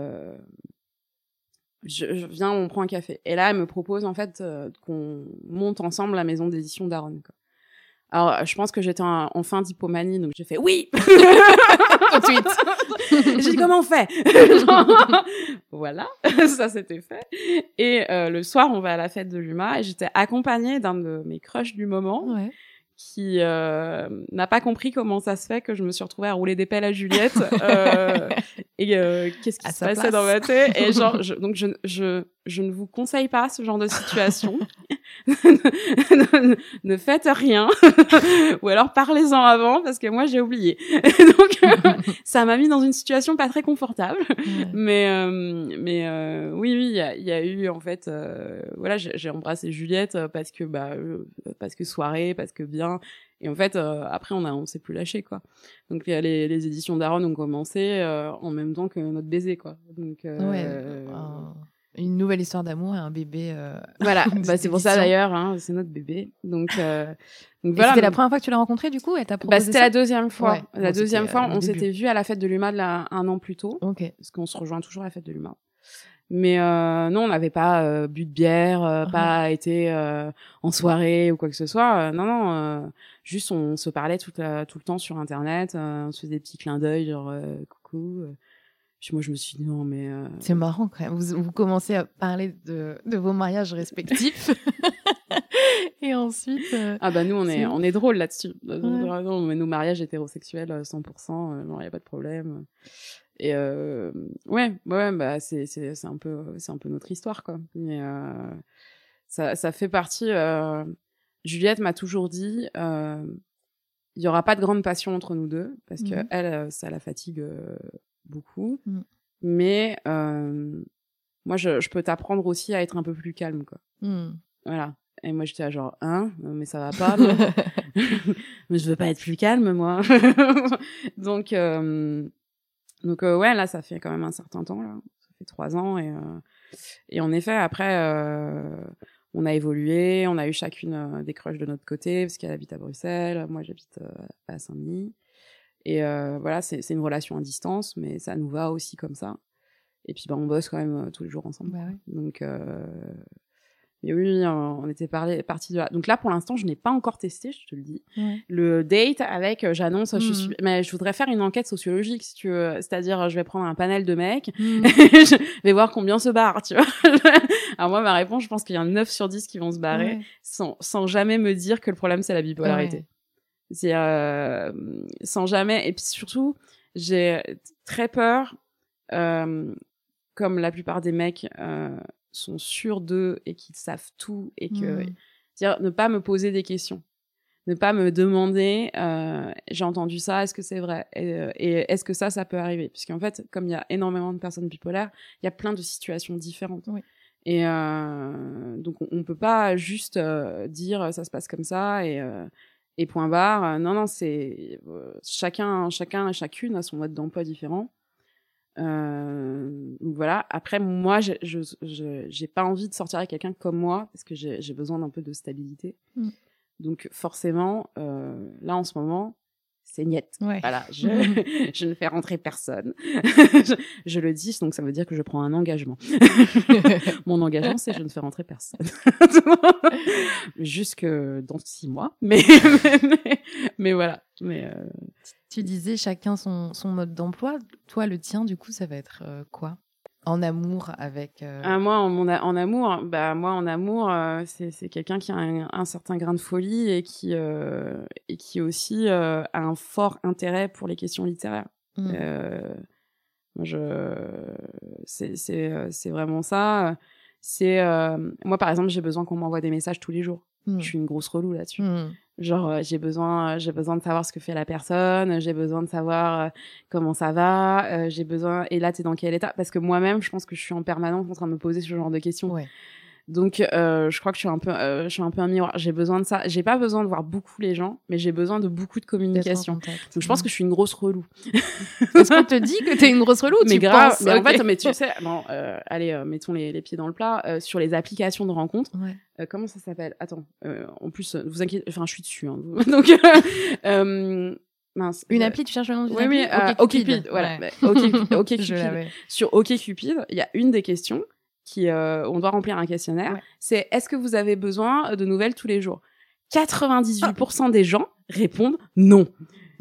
je viens, on prend un café. Et là, elle me propose en fait qu'on monte ensemble la maison d'édition d'Aaron, quoi. Alors, je pense que j'étais en fin d'hypomanie, donc j'ai fait oui tout de suite. J'ai dit, comment on fait? Voilà, ça c'était fait. Et le soir, on va à la fête de l'UMA et j'étais accompagnée d'un de mes crushs du moment. Qui n'a pas compris comment ça se fait que je me suis retrouvée à rouler des pelles à Juliette et qu'est-ce qui se passait dans ma tête. Et genre, donc je ne vous conseille pas ce genre de situation. ne faites rien ou alors parlez-en avant parce que moi j'ai oublié. Donc ça m'a mis dans une situation pas très confortable. Mais oui il y a eu en fait voilà, j'ai embrassé Juliette parce que soirée, parce que bien. Et en fait, après, on s'est plus lâché, quoi. Donc, les éditions d'Aaron ont commencé en même temps que notre baiser, quoi. Donc, une nouvelle histoire d'amour et un bébé. Voilà, c'est pour ça d'ailleurs, hein, c'est notre bébé. Donc voilà. C'était la première fois que tu l'as rencontré, du coup, elle t'a proposé c'était ça la deuxième fois. Ouais. La deuxième fois, on début. s'était vus à la fête de l'UMA un an plus tôt. Ok. Parce qu'on se rejoint toujours à la fête de l'UMA. Mais non, on n'avait pas bu de bière, pas été en soirée ou quoi que ce soit. Non, juste on se parlait tout le temps sur Internet. On se faisait des petits clins d'œil, genre coucou. Puis moi, je me suis dit non, mais... C'est marrant quand même. Vous commencez à parler de vos mariages respectifs. Et ensuite... Ah bah nous, on est drôles là-dessus. Non, mais nos mariages hétérosexuels, 100%, non, il n'y a pas de problème. Et ouais, bah c'est un peu notre histoire, quoi. Mais ça fait partie... Juliette m'a toujours dit... il y aura pas de grande passion entre nous deux, parce que elle, ça la fatigue beaucoup. Mais moi, je peux t'apprendre aussi à être un peu plus calme, quoi. Voilà. Et moi, j'étais là genre, mais ça va pas, non. Mais je veux pas être plus calme, moi. Donc ouais, là, ça fait quand même un certain temps, là. Ça fait 3 ans. Et en effet, après, on a évolué. On a eu chacune des crushs de notre côté, parce qu'elle habite à Bruxelles. Moi, j'habite à Saint-Denis. Et voilà, c'est une relation à distance, mais ça nous va aussi comme ça. Et puis, on bosse quand même tous les jours ensemble. Bah ouais. Donc, mais oui, on était parti de là. Donc là, pour l'instant, je n'ai pas encore testé, je te le dis. Ouais. Le date avec, j'annonce, mais je voudrais faire une enquête sociologique, si tu veux. C'est-à-dire, je vais prendre un panel de mecs, je vais voir combien se barrent, tu vois. Alors moi, ma réponse, je pense qu'il y a 9 sur 10 qui vont se barrer, sans jamais me dire que le problème, c'est la bipolarité. Ouais. C'est sans jamais. Et puis surtout, j'ai très peur, comme la plupart des mecs sont sûrs d'eux et qu'ils savent tout, et que dire ne pas me poser des questions, ne pas me demander j'ai entendu ça, est-ce que c'est vrai, et est-ce que ça peut arriver, puisqu'en fait, comme il y a énormément de personnes bipolaires, il y a plein de situations différentes. Oui. Et donc on peut pas juste dire ça se passe comme ça et point barre. Non, c'est chacun et chacune a son mode d'emploi différent. Donc voilà. Après, moi, j'ai pas envie de sortir avec quelqu'un comme moi, parce que j'ai besoin d'un peu de stabilité. Donc forcément, là en ce moment, c'est niette. Ouais. Voilà, je ne fais rentrer personne. je le dis, donc ça veut dire que je prends un engagement. Mon engagement, c'est je ne fais rentrer personne. Jusque dans 6 mois. Mais voilà. Tu disais chacun son mode d'emploi. Toi, le tien, du coup, ça va être quoi ? En amour avec... Moi, en amour, c'est quelqu'un qui a un certain grain de folie et qui aussi a un fort intérêt pour les questions littéraires. C'est vraiment ça. Moi, par exemple, j'ai besoin qu'on m'envoie des messages tous les jours. Je suis une grosse relou là-dessus. Genre, j'ai besoin de savoir ce que fait la personne, j'ai besoin de savoir comment ça va, j'ai besoin... Et là, t'es dans quel état ? Parce que moi-même, je pense que je suis en permanence en train de me poser ce genre de questions. Ouais. Donc, je crois que je suis un peu un miroir. J'ai besoin de ça. J'ai pas besoin de voir beaucoup les gens, mais j'ai besoin de beaucoup de communication. Donc, je pense que je suis une grosse relou. Est-ce qu'on te dit que t'es une grosse relou ? Mais grave. Mais en fait, tu sais, bon, allez, mettons les pieds dans le plat. Sur les applications de rencontres, comment ça s'appelle ? Attends. En plus, vous inquiétez, enfin, je suis dessus. Hein. Donc, mince. Une appli, tu cherches le nom d'une appli ? Oui, OkCupid. Voilà. Ouais. OkCupid. Sur OkCupid, il y a une des questions on doit remplir un questionnaire, c'est est-ce que vous avez besoin de nouvelles tous les jours ? 98% des gens répondent non.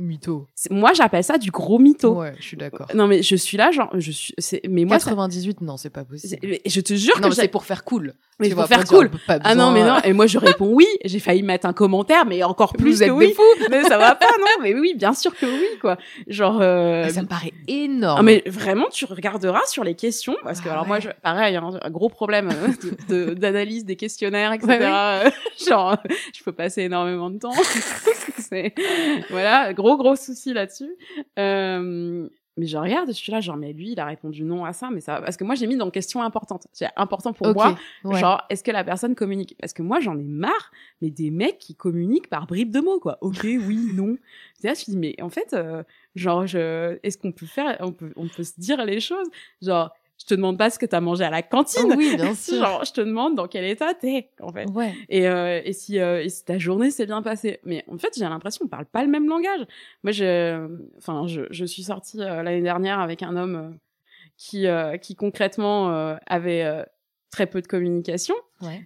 Mytho. Moi, j'appelle ça du gros mytho. Ouais, je suis d'accord. Non, mais je suis là, genre, mais moi, 98, non, c'est pas possible. je te jure non, que c'est pour faire cool. Mais tu pour vois, faire dire, cool. Pas Ah non, mais non. Et moi, je réponds oui. J'ai failli mettre un commentaire, mais encore plus Vous que êtes oui. des fous. Mais ça va pas, non. Mais oui, bien sûr que oui, quoi. Genre. Ça me paraît énorme. Ah, mais vraiment, tu regarderas sur les questions, parce que alors moi, ouais. pareil, un gros problème d'analyse des questionnaires, etc. Ouais, Genre, je peux passer énormément de temps. Voilà, gros souci là-dessus. Mais je regarde, je suis là, genre, mais lui, il a répondu non à ça, mais ça, parce que moi, j'ai mis dans question importante. C'est important pour moi, ouais. genre, est-ce que la personne communique? Parce que moi, j'en ai marre, mais des mecs qui communiquent par bribes de mots, quoi. Ok, oui, non. C'est là, je me dis, mais en fait, genre, est-ce qu'on peut on peut se dire les choses? Genre, je te demande pas ce que t'as mangé à la cantine. Oui, bien sûr. Genre, je te demande dans quel état t'es, en fait. Ouais. Et si ta journée s'est bien passée. Mais en fait, j'ai l'impression qu'on parle pas le même langage. Moi, je suis sortie l'année dernière avec un homme qui concrètement avait très peu de communication. Ouais.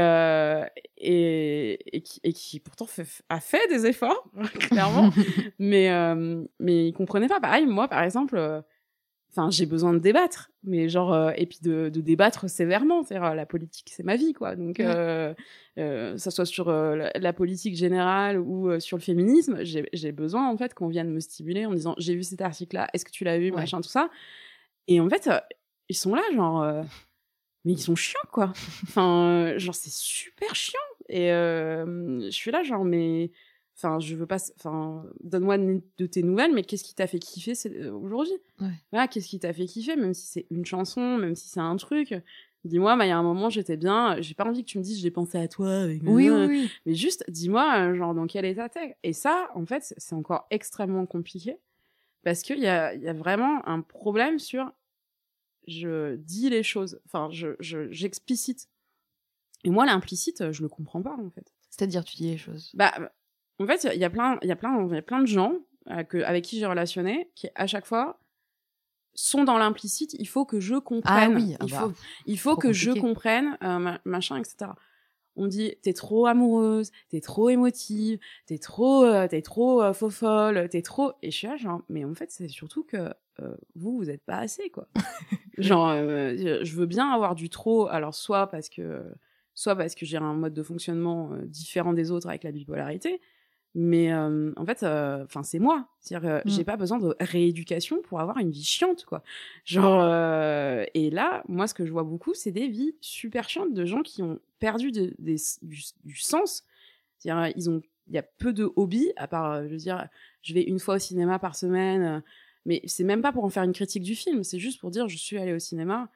Et qui pourtant a fait des efforts, clairement. mais il comprenait pas. Pareil, moi, par exemple, j'ai besoin de débattre, mais genre et puis de débattre sévèrement, c'est-à-dire la politique c'est ma vie, quoi. Donc ça soit sur la politique générale ou sur le féminisme, j'ai besoin en fait qu'on vienne me stimuler en me disant j'ai vu cet article là, est-ce que tu l'as vu, machin, tout ça. Et en fait ils sont là genre mais ils sont chiants, quoi. Genre c'est super chiant. Et je suis là genre mais je veux pas. Donne-moi de tes nouvelles, mais qu'est-ce qui t'a fait kiffer aujourd'hui? Ouais. Voilà, qu'est-ce qui t'a fait kiffer, même si c'est une chanson, même si c'est un truc. Dis-moi, il y a un moment, j'étais bien. J'ai pas envie que tu me dises, j'ai pensé à toi. Avec... Oui. Mais juste, dis-moi, genre, dans quel état t'es. Et ça, en fait, c'est encore extrêmement compliqué parce qu'il y a vraiment un problème sur. Je dis les choses. J'explicite. Et moi, l'implicite, je le comprends pas, en fait. C'est-à-dire, tu dis les choses. En fait, il y a plein de gens avec qui j'ai relationné qui, à chaque fois, sont dans l'implicite. Il faut que je comprenne. Ah oui, il faut que je comprenne, machin, etc. On me dit, t'es trop amoureuse, t'es trop émotive, t'es trop faux folle, t'es trop... Et je suis là, genre, mais en fait, c'est surtout que vous êtes pas assez, quoi. Genre, je veux bien avoir du trop, alors soit parce que j'ai un mode de fonctionnement différent des autres avec la bipolarité, mais en fait c'est moi, c'est-à-dire j'ai pas besoin de rééducation pour avoir une vie chiante, quoi. Genre et là moi ce que je vois beaucoup c'est des vies super chiantes de gens qui ont perdu du sens, c'est-à-dire il y a peu de hobbies à part je veux dire je vais une fois au cinéma par semaine, mais c'est même pas pour en faire une critique du film, c'est juste pour dire je suis allée au cinéma.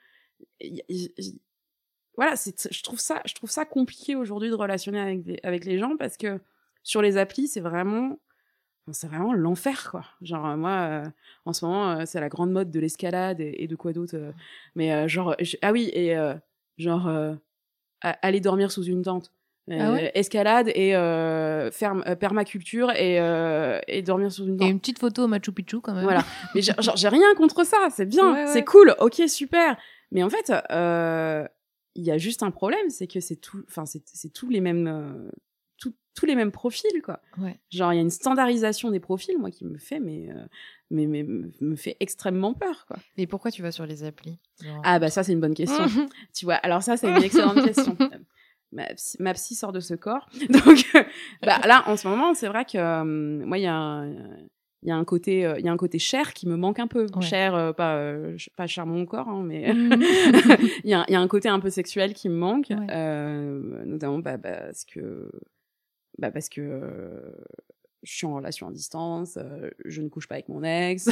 Voilà, je trouve ça compliqué aujourd'hui de relationner avec les gens parce que sur les applis, c'est vraiment l'enfer, quoi. Genre moi en ce moment c'est la grande mode de l'escalade et de quoi d'autre mais genre aller dormir sous une tente. Escalade et permaculture et dormir sous une tente. Et une petite photo au Machu Picchu quand même. Voilà. Mais genre j'ai rien contre ça, c'est bien, ouais. C'est cool, ok, super. Mais en fait il y a juste un problème, c'est que c'est tous les mêmes tous les mêmes profils, quoi. Ouais. Genre il y a une standardisation des profils, moi, qui me fait me fait extrêmement peur, quoi. Mais pourquoi tu vas sur les applis? Genre... Ah bah ça c'est une bonne question. Tu vois, alors ça c'est une excellente question. Ma psy sort de ce corps. Donc là en ce moment, c'est vrai que moi il y a un côté chair qui me manque un peu. Ouais. Chair, pas chair mon corps, hein, mais il y a un côté un peu sexuel qui me manque, ouais. Notamment parce que je suis en relation à distance, je ne couche pas avec mon ex.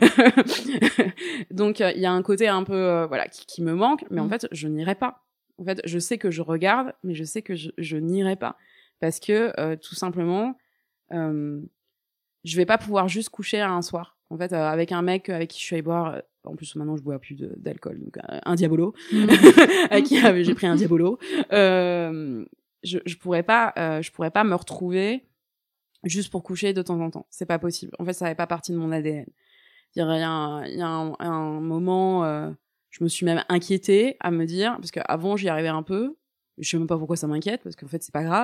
Donc il y a un côté un peu qui me manque, mais en fait je n'irai pas. En fait, je sais que je regarde, mais je sais que je n'irai pas parce que tout simplement je vais pas pouvoir juste coucher un soir. En fait, avec un mec avec qui je suis allée boire, en plus maintenant je bois plus d'alcool, donc un Diabolo, avec qui j'ai pris un Diabolo. Je pourrais pas me retrouver juste pour coucher de temps en temps. C'est pas possible. En fait, ça fait pas partie de mon ADN. Il y a un moment, je me suis même inquiétée à me dire, parce qu'avant j'y arrivais un peu, je sais même pas pourquoi ça m'inquiète, parce qu'en fait c'est pas grave,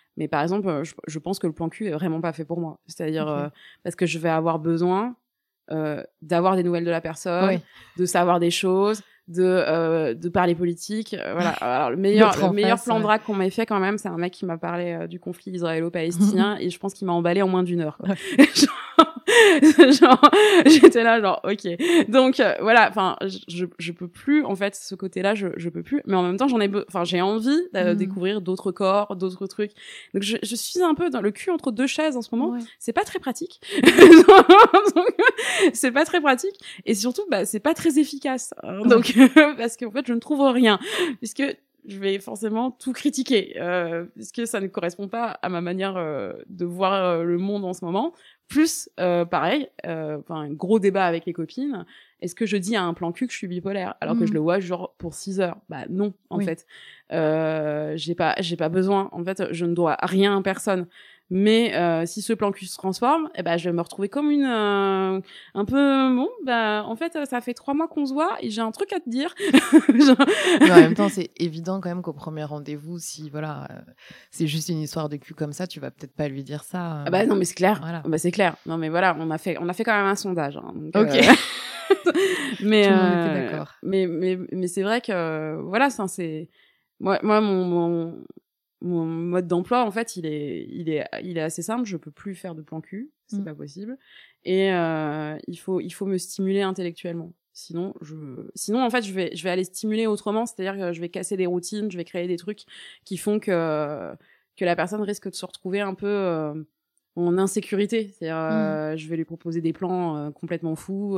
Mais par exemple, je pense que le plan cul est vraiment pas fait pour moi. C'est-à-dire parce que je vais avoir besoin d'avoir des nouvelles de la personne, de savoir des choses, de parler politique. Voilà. Alors, le meilleur plan drague qu'on m'ait fait quand même, c'est un mec qui m'a parlé du conflit israélo-palestinien et je pense qu'il m'a emballé en moins d'1 heure. Quoi. Genre, j'étais là, genre, ok. Donc, voilà, enfin, je peux plus, en fait, ce côté-là, je peux plus. Mais en même temps, j'ai envie de découvrir d'autres corps, d'autres trucs. Donc, je suis un peu dans le cul entre deux chaises en ce moment. Ouais. C'est pas très pratique. Donc, c'est pas très pratique. Et surtout, c'est pas très efficace. Hein. Donc, parce qu'en fait, je ne trouve rien. Puisque je vais forcément tout critiquer. Puisque ça ne correspond pas à ma manière de voir le monde en ce moment. Plus, pareil, un gros débat avec les copines. Est-ce que je dis à un plan cul que je suis bipolaire alors que je le vois genre pour 6 heures? Bah non, en fait. J'ai pas besoin. En fait, je ne dois rien à personne. Mais si ce plan cul se transforme, je vais me retrouver comme une un peu en fait ça fait 3 mois qu'on se voit et j'ai un truc à te dire. Mais en même temps, c'est évident quand même qu'au premier rendez-vous, si voilà, c'est juste une histoire de cul comme ça, tu vas peut-être pas lui dire ça. Ah bah non, mais c'est clair. Voilà. Bah c'est clair. Non mais voilà, on a fait quand même un sondage. Hein, donc, ok. Mais tout le monde était d'accord. Mais c'est vrai que voilà, ça c'est moi mon mode d'emploi, en fait, il est assez simple. Je peux plus faire de plan cul, c'est pas possible. Et il faut me stimuler intellectuellement. Sinon, en fait, je vais aller stimuler autrement. C'est-à-dire que je vais casser des routines, je vais créer des trucs qui font que la personne risque de se retrouver un peu en insécurité. C'est-à-dire, je vais lui proposer des plans complètement fous.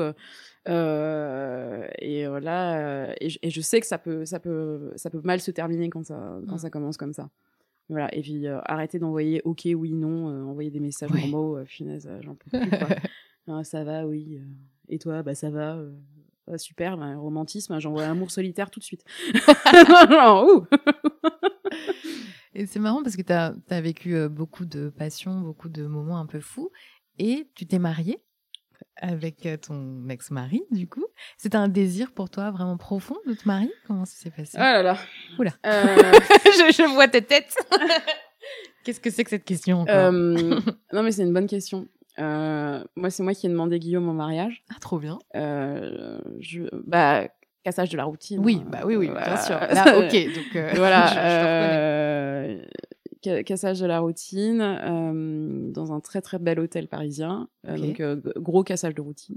Et voilà. Et je sais que ça peut mal se terminer quand ça commence comme ça. Voilà, et puis arrêtez d'envoyer ok, oui, non, envoyer des messages normaux, punaise, j'en peux plus, quoi. Ça va, oui. Et toi, ça va. Super, romantisme, j'envoie Amour solitaire tout de suite. Genre, Et c'est marrant parce que t'as vécu beaucoup de passions, beaucoup de moments un peu fous, et tu t'es mariée avec ton ex-mari, du coup. C'était un désir pour toi vraiment profond de te marier? Comment ça s'est passé? Oh là là. Oula. Je vois ta tête. Qu'est-ce que c'est que cette question encore? Non, mais c'est une bonne question. Moi, c'est moi qui ai demandé Guillaume en mariage. Ah, trop bien. Cassage de la routine. Oui, oui, bien sûr. Là, ok, donc voilà. Cassage de la routine dans un très très bel hôtel parisien. Donc gros cassage de routine.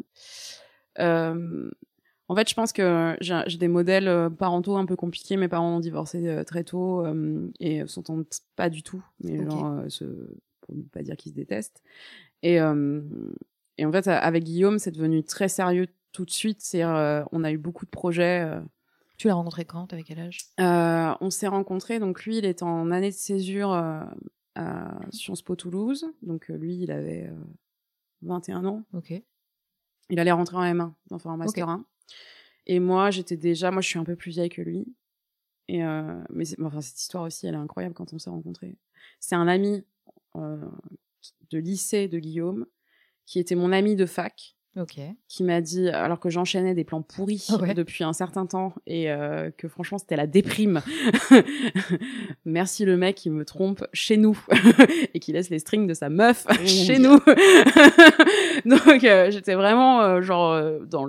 En fait, je pense que j'ai des modèles parentaux un peu compliqués. Mes parents ont divorcé très tôt et s'entendent pas du tout. Mais pour ne pas dire qu'ils se détestent. Et en fait, avec Guillaume, c'est devenu très sérieux tout de suite. C'est-à-dire, on a eu beaucoup de projets. Tu l'as rencontré quand? T'avais quel âge? On s'est rencontrés, donc lui, il était en année de césure à Sciences Po Toulouse. Donc lui, il avait 21 ans. Ok. Il allait rentrer en M1, enfin en Master 1. Et moi, je suis un peu plus vieille que lui. Et mais cette histoire aussi, elle est incroyable quand on s'est rencontrés. C'est un ami de lycée de Guillaume, qui était mon ami de fac, qui m'a dit, alors que j'enchaînais des plans pourris depuis un certain temps et que franchement c'était la déprime. Merci le mec qui me trompe chez nous et qui laisse les strings de sa meuf chez nous. Donc j'étais vraiment dans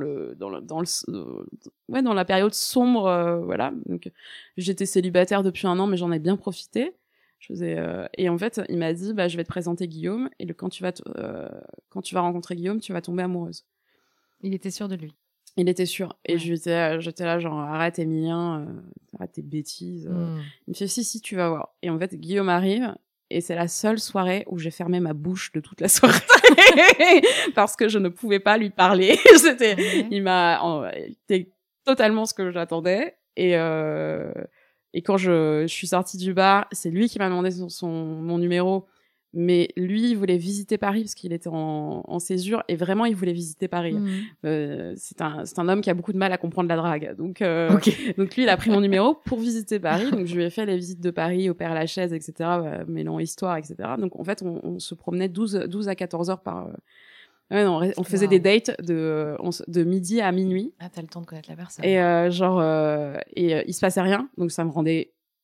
la période sombre, voilà. Donc j'étais célibataire depuis 1 an, mais j'en ai bien profité. Et en fait, il m'a dit, je vais te présenter Guillaume, et quand tu vas rencontrer Guillaume, tu vas tomber amoureuse. Il était sûr de lui. Il était sûr. Et j'étais là, genre, arrête Emilien, arrête tes bêtises. Il me fait, si, tu vas voir. Et en fait, Guillaume arrive, et c'est la seule soirée où j'ai fermé ma bouche de toute la soirée. Parce que je ne pouvais pas lui parler. C'était totalement ce que j'attendais. Et quand je suis sortie du bar, c'est lui qui m'a demandé mon numéro. Mais lui, il voulait visiter Paris parce qu'il était en césure. Et vraiment, il voulait visiter Paris. C'est un homme qui a beaucoup de mal à comprendre la drague. Donc lui, il a pris mon numéro pour visiter Paris. Donc, je lui ai fait les visites de Paris, au Père-Lachaise, etc. Mêlant histoire, etc. Donc, en fait, on se promenait 12 à 14 heures par... on faisait des dates de midi à minuit. Ah, t'as le temps de connaître la personne. Et il se passait rien, donc ça me rendait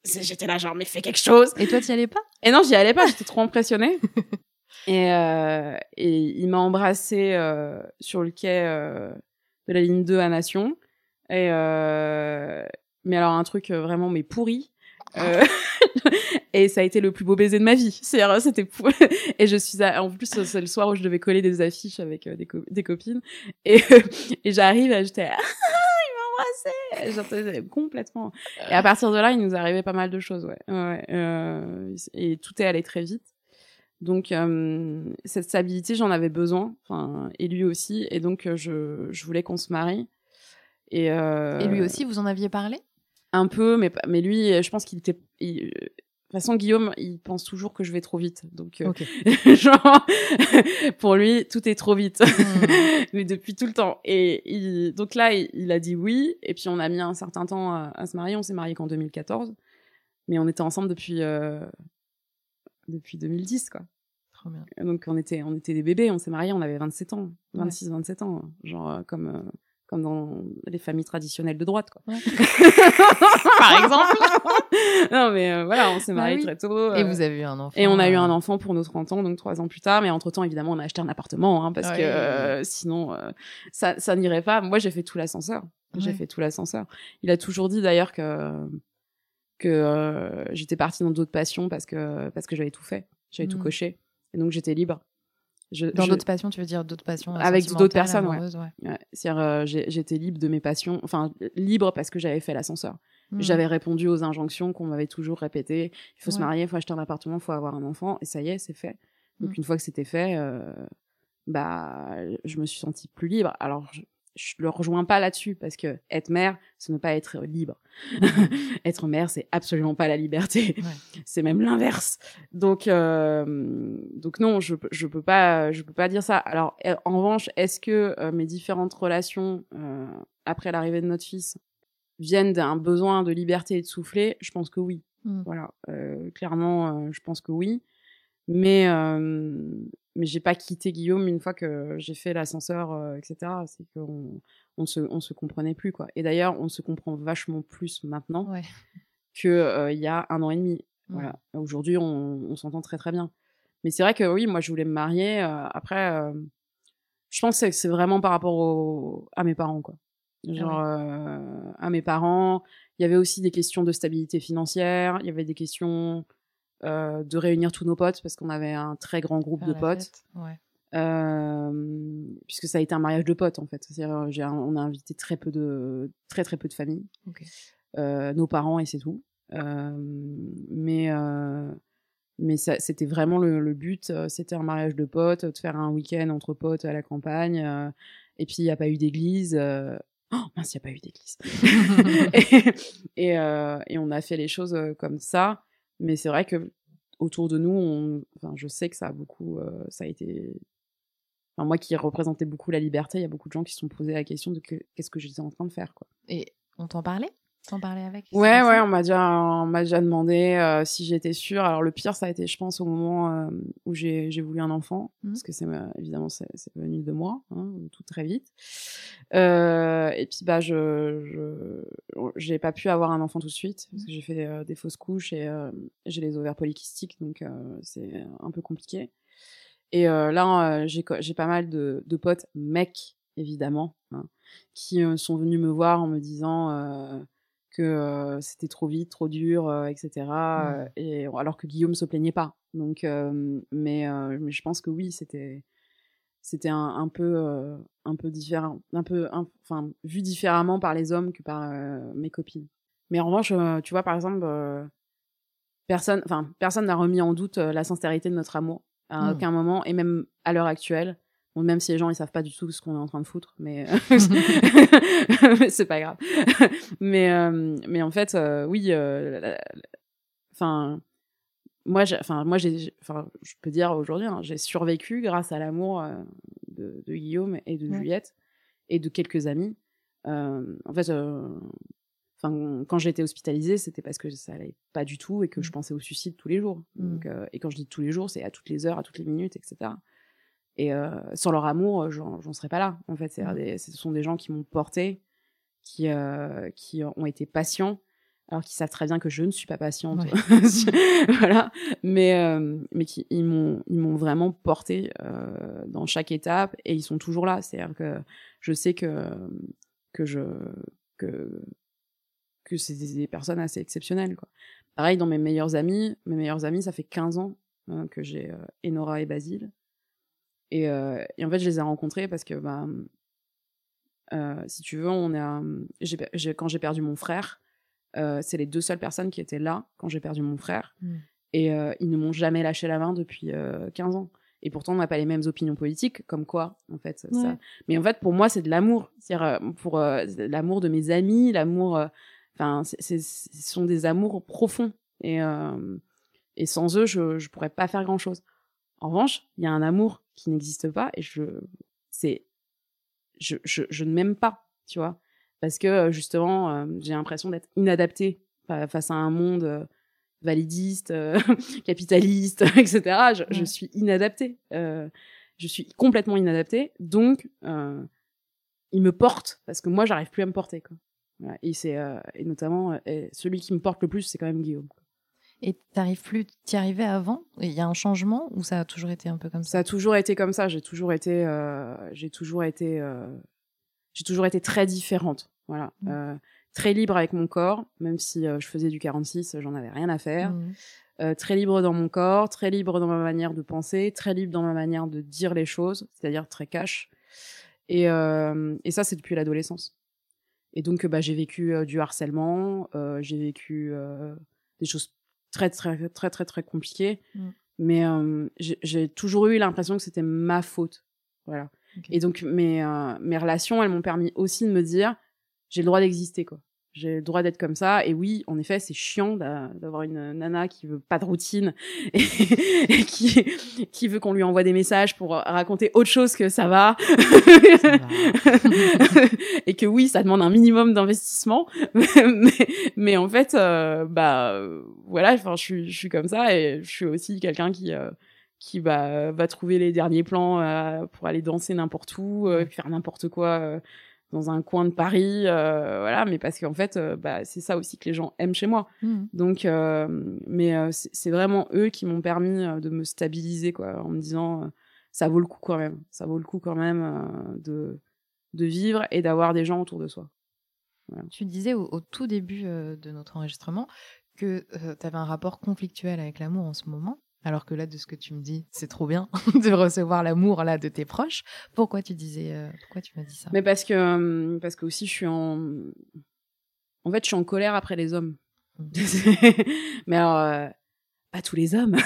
j'étais là genre mais fais quelque chose. Et toi t'y allais pas? Et non, j'y allais pas, j'étais trop impressionnée. Et il m'a embrassée sur le quai de la ligne 2 à Nation. Et mais alors un truc vraiment mais pourri. Et ça a été le plus beau baiser de ma vie. C'était et en plus c'est le soir où je devais coller des affiches avec des copines et j'arrive et j'étais il m'a embrassé complètement. Et à partir de là, il nous arrivait pas mal de choses, et tout est allé très vite. Donc cette stabilité, j'en avais besoin, et lui aussi, et donc je voulais qu'on se marie. Et lui aussi, vous en aviez parlé? Un peu, mais lui, je pense qu'il était... de toute façon, Guillaume, il pense toujours que je vais trop vite. Donc, genre, pour lui, tout est trop vite. Mais depuis tout le temps. Et donc là, il a dit oui. Et puis, on a mis un certain temps à se marier. On s'est mariés qu'en 2014. Mais on était ensemble depuis 2010, quoi. Trop bien. Donc, on était des bébés. On s'est mariés, on avait 27 ans. 26, 27 ans. Genre, comme dans les familles traditionnelles de droite, quoi. Ouais. Par exemple. Non, mais voilà, on s'est mariés très tôt. Et vous avez eu un enfant. Et on a eu un enfant pour nos 30 ans, donc 3 ans plus tard. Mais entre-temps, évidemment, on a acheté un appartement, parce que sinon, ça n'irait pas. Moi, j'ai fait tout l'ascenseur. J'ai fait tout l'ascenseur. Il a toujours dit, d'ailleurs, que j'étais partie dans d'autres passions parce que j'avais tout fait. J'avais tout coché. Et donc, j'étais libre. Dans d'autres passions, tu veux dire d'autres passions avec d'autres personnes, c'est-à-dire j'étais libre de mes passions, libre parce que j'avais fait l'ascenseur. J'avais répondu aux injonctions qu'on m'avait toujours répétées. Il faut se marier, il faut acheter un appartement, il faut avoir un enfant, et ça y est, c'est fait. Donc une fois que c'était fait, je me suis sentie plus libre. Alors je le rejoins pas là-dessus parce que être mère, c'est ne pas être libre. Être mère, c'est absolument pas la liberté. C'est même l'inverse. Donc non, je peux pas dire ça. Alors en revanche, est-ce que mes différentes relations après l'arrivée de notre fils viennent d'un besoin de liberté et de souffler? Je pense que oui. Voilà, clairement, je pense que oui. Mais j'ai pas quitté Guillaume une fois que j'ai fait l'ascenseur, etc. C'est qu'on se comprenait plus, quoi. Et d'ailleurs, on se comprend vachement plus maintenant que il y a 1 an et demi. Voilà. Aujourd'hui, on s'entend très très bien. Mais c'est vrai que oui, moi je voulais me marier. Après, je pense que c'est vraiment par rapport à mes parents, quoi. Genre à mes parents. Il y avait aussi des questions de stabilité financière. Il y avait des questions de réunir tous nos potes parce qu'on avait un très grand groupe de potes. Puisque ça a été un mariage de potes en fait. C'est-à-dire, on a invité très peu de familles, nos parents et c'est tout. Mais c'était vraiment le but. C'était un mariage de potes, de faire un week-end entre potes à la campagne. Et puis il n'y a pas eu d'église. Oh mince, il n'y a pas eu d'église. et on a fait les choses comme ça. Mais c'est vrai que autour de nous, je sais que ça a beaucoup, ça a été. Moi qui représentais beaucoup la liberté, il y a beaucoup de gens qui se sont posés la question de qu'est-ce que j'étais en train de faire, quoi. Et on t'en parlait? T'en parlais avec? Ouais, on m'a déjà demandé si j'étais sûre. Alors le pire, ça a été, je pense, au moment où j'ai voulu un enfant, parce que évidemment c'est venu de moi, tout très vite. Et puis j'ai pas pu avoir un enfant tout de suite parce que j'ai fait des fausses couches et j'ai les ovaires polykystiques, donc c'est un peu compliqué. Et là, j'ai pas mal de potes mecs, évidemment, qui sont venus me voir en me disant que c'était trop vite, trop dur, etc. Et alors que Guillaume se plaignait pas. Donc, mais je pense que oui, c'était un peu différent, vu différemment par les hommes que par mes copines. Mais en revanche, tu vois, par exemple, personne n'a remis en doute la sincérité de notre amour à aucun moment, et même à l'heure actuelle. Bon, même si les gens ils savent pas du tout ce qu'on est en train de foutre, mais c'est pas grave. mais en fait, oui. Moi, je peux dire aujourd'hui, j'ai survécu grâce à l'amour de Guillaume et de Juliette et de quelques amis. En fait, quand j'étais hospitalisée, c'était parce que ça allait pas du tout et que je pensais au suicide tous les jours. Donc, et quand je dis tous les jours, c'est à toutes les heures, à toutes les minutes, etc. Et sans leur amour, j'en serais pas là. En fait, ce sont des gens qui m'ont portée, qui ont été patients alors qu'ils savent très bien que je ne suis pas patiente. Ouais. Voilà. Mais ils m'ont vraiment portée dans chaque étape, et ils sont toujours là. C'est-à-dire que je sais que c'est des personnes assez exceptionnelles, quoi. Pareil, dans mes meilleurs amis, ça fait 15 ans que j'ai Enora et Basile. Et en fait, je les ai rencontrés parce que, si tu veux, quand j'ai perdu mon frère, c'est les 2 seules personnes qui étaient là quand j'ai perdu mon frère. Et ils ne m'ont jamais lâché la main depuis 15 ans. Et pourtant, on n'a pas les mêmes opinions politiques, comme quoi, en fait. Ouais. Ça... Mais en fait, pour moi, c'est de l'amour. C'est-à-dire, pour l'amour de mes amis, l'amour... ce sont des amours profonds. Et sans eux, je pourrais pas faire grand-chose. En revanche, il y a un amour qui n'existe pas, et je ne m'aime pas, tu vois. Parce que, justement, j'ai l'impression d'être inadaptée face à un monde validiste, capitaliste, etc. Je suis inadaptée. Je suis complètement inadaptée. Donc, il me porte, parce que moi, j'arrive plus à me porter, quoi. Voilà. Et notamment, celui qui me porte le plus, c'est quand même Guillaume, quoi. Et t'y arrivais avant? Il y a un changement ou ça a toujours été un peu comme ça? Ça a toujours été comme ça. J'ai toujours été très différente. Voilà. Très libre avec mon corps, même si je faisais du 46, j'en avais rien à faire. Très libre dans mon corps, très libre dans ma manière de penser, très libre dans ma manière de dire les choses, c'est-à-dire très cash. Et ça, c'est depuis l'adolescence. Et donc, j'ai vécu du harcèlement, j'ai vécu des choses très, très, très, très, très compliquées. Mais j'ai toujours eu l'impression que c'était ma faute. Voilà. Okay. Et donc, mes relations, elles m'ont permis aussi de me dire, j'ai le droit d'exister, quoi. J'ai le droit d'être comme ça. Et oui, en effet, c'est chiant d'avoir une nana qui veut pas de routine et qui veut qu'on lui envoie des messages pour raconter autre chose que ça va. Et que oui, ça demande un minimum d'investissement. mais en fait, voilà, enfin, je suis comme ça, et je suis aussi quelqu'un qui va trouver les derniers plans pour aller danser n'importe où, faire n'importe quoi dans un coin de Paris, voilà, mais parce qu'en fait, c'est ça aussi que les gens aiment chez moi. Donc, c'est vraiment eux qui m'ont permis de me stabiliser, quoi, en me disant, ça vaut le coup quand même. Ça vaut le coup quand même de vivre et d'avoir des gens autour de soi. Voilà. Tu disais au tout début de notre enregistrement que tu avais un rapport conflictuel avec l'amour en ce moment. Alors que là, de ce que tu me dis, c'est trop bien de recevoir l'amour là de tes proches. Pourquoi tu m'as dit ça? Mais parce que aussi je suis en fait, je suis en colère après les hommes. Mais alors, pas tous les hommes.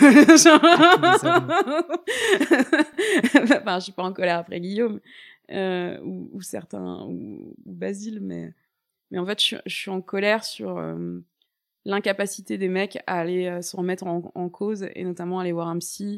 Enfin, je suis pas en colère après Guillaume ou certains ou Basile, mais en fait, je suis en colère sur l'incapacité des mecs à aller se remettre en cause, et notamment aller voir un psy,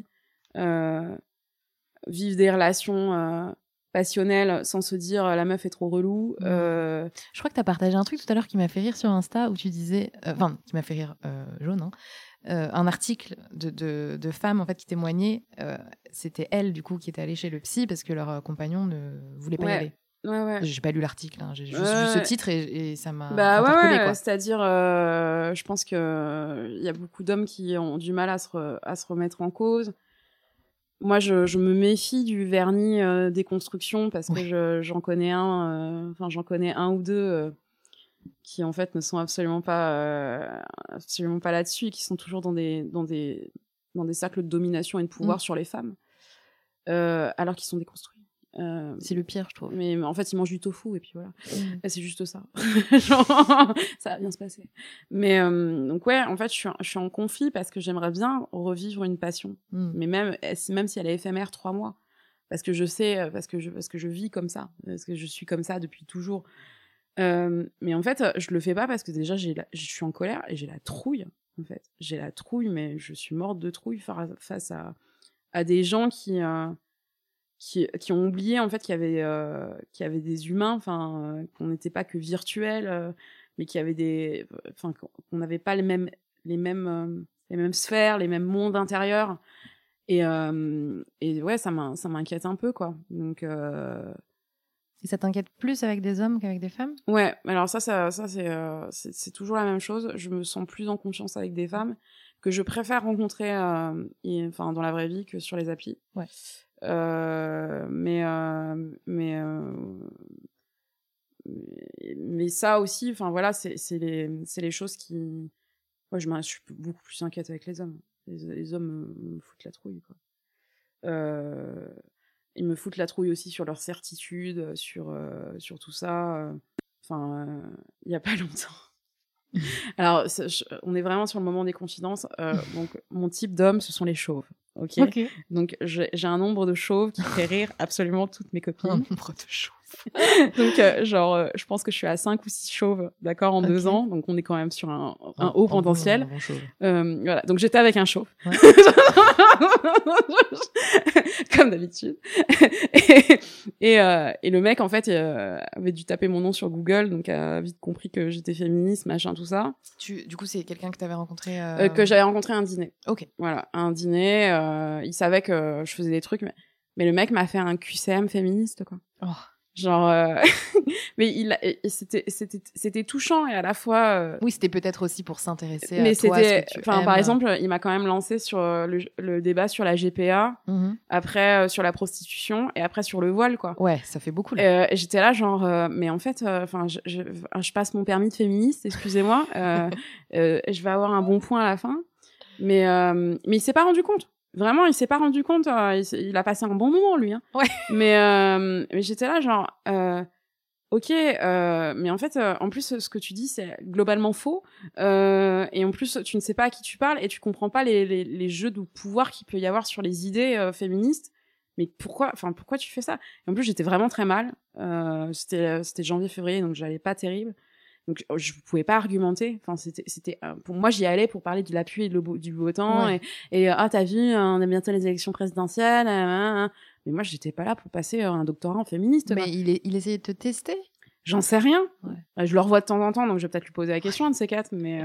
vivre des relations passionnelles sans se dire la meuf est trop relou. Je crois que tu as partagé un truc tout à l'heure qui m'a fait rire sur Insta, où tu disais, qui m'a fait rire jaune, hein, un article de femmes en fait qui témoignaient. C'était elles du coup qui étaient allées chez le psy parce que leur compagnon ne voulait pas y aller. Ouais. J'ai pas lu l'article, hein. J'ai juste vu ce titre et ça m'a interpellée, quoi. C'est-à-dire, je pense que il y a beaucoup d'hommes qui ont du mal à se remettre en cause. Moi, je me méfie du vernis déconstruction, parce que j'en connais un ou deux qui en fait ne sont absolument pas là-dessus, et qui sont toujours dans des cercles de domination et de pouvoir sur les femmes, alors qu'ils sont déconstruits. C'est le pire, je trouve. Mais en fait, ils mangent du tofu, et puis voilà. C'est juste ça. Genre, ça va bien se passer. Mais donc ouais, en fait, je suis en conflit parce que j'aimerais bien revivre une passion. Mais même si elle est éphémère 3 mois. Parce que je sais, parce que je vis comme ça. Parce que je suis comme ça depuis toujours. Mais en fait, je le fais pas parce que déjà, je suis en colère et j'ai la trouille, en fait. J'ai la trouille, mais je suis morte de trouille face à des gens qui ont oublié en fait qu'il y avait des humains, enfin qu'on n'était pas que virtuels, mais qu'il y avait qu'on n'avait pas les mêmes sphères, les mêmes mondes intérieurs, et ouais, ça m'inquiète un peu, quoi. Donc Et ça t'inquiète plus avec des hommes qu'avec des femmes? Ouais, alors ça c'est toujours la même chose. Je me sens plus en confiance avec des femmes que je préfère rencontrer enfin dans la vraie vie que sur les applis. Ouais. Mais ça aussi, enfin voilà, c'est les choses qui... Moi, je suis beaucoup plus inquiète avec les hommes. Les hommes me foutent la trouille, quoi. Ils me foutent la trouille aussi sur leur certitude, sur tout ça. Enfin, il y a pas longtemps. Alors, on est vraiment sur le moment des confidences. Donc, mon type d'homme, ce sont les chauves. Ok. Donc, j'ai un nombre de chauves qui fait rire absolument toutes mes copines. Un nombre de chauves. Donc, je pense que je suis à 5 ou 6 chauves, d'accord, en 2 ans. Donc, on est quand même sur un haut potentiel. Voilà. Donc, j'étais avec un chauve. Ouais. Comme d'habitude. et le mec, en fait, avait dû taper mon nom sur Google, donc a vite compris que j'étais féministe, machin, tout ça. Du coup, c'est quelqu'un que t'avais rencontré que j'avais rencontré à un dîner. Ok. Voilà, un dîner. Il savait que je faisais des trucs, mais le mec m'a fait un QCM féministe, quoi. Oh. Genre, mais c'était touchant et à la fois. Oui, c'était peut-être aussi pour s'intéresser mais à toi, ce que tu aimes. Par exemple, il m'a quand même lancé sur le débat sur la GPA, après sur la prostitution et après sur le voile, quoi. Ouais, ça fait beaucoup là. J'étais là, genre, mais en fait, enfin, je passe mon permis de féministe, excusez-moi, je vais avoir un bon point à la fin, mais il s'est pas rendu compte. Vraiment, il s'est pas rendu compte. Il a passé un bon moment, lui. Hein. Ouais. Mais j'étais là, genre, ok, mais en fait, en plus, ce que tu dis, c'est globalement faux. Et en plus, tu ne sais pas à qui tu parles et tu comprends pas les jeux de pouvoir qu'il peut y avoir sur les idées féministes. Mais pourquoi tu fais ça? Et en plus, j'étais vraiment très mal. C'était janvier-février, donc j'allais pas terrible. Donc je pouvais pas argumenter. Enfin c'était pour moi, j'y allais pour parler de la pluie et du beau temps. Ouais. Et t'as vu, on a bientôt les élections présidentielles. Mais moi, j'étais pas là pour passer un doctorat en féministe. Mais il essayait de te tester? J'en sais rien. Ouais. Je le revois de temps en temps, donc je vais peut-être lui poser la question, un de ces quatre. Mais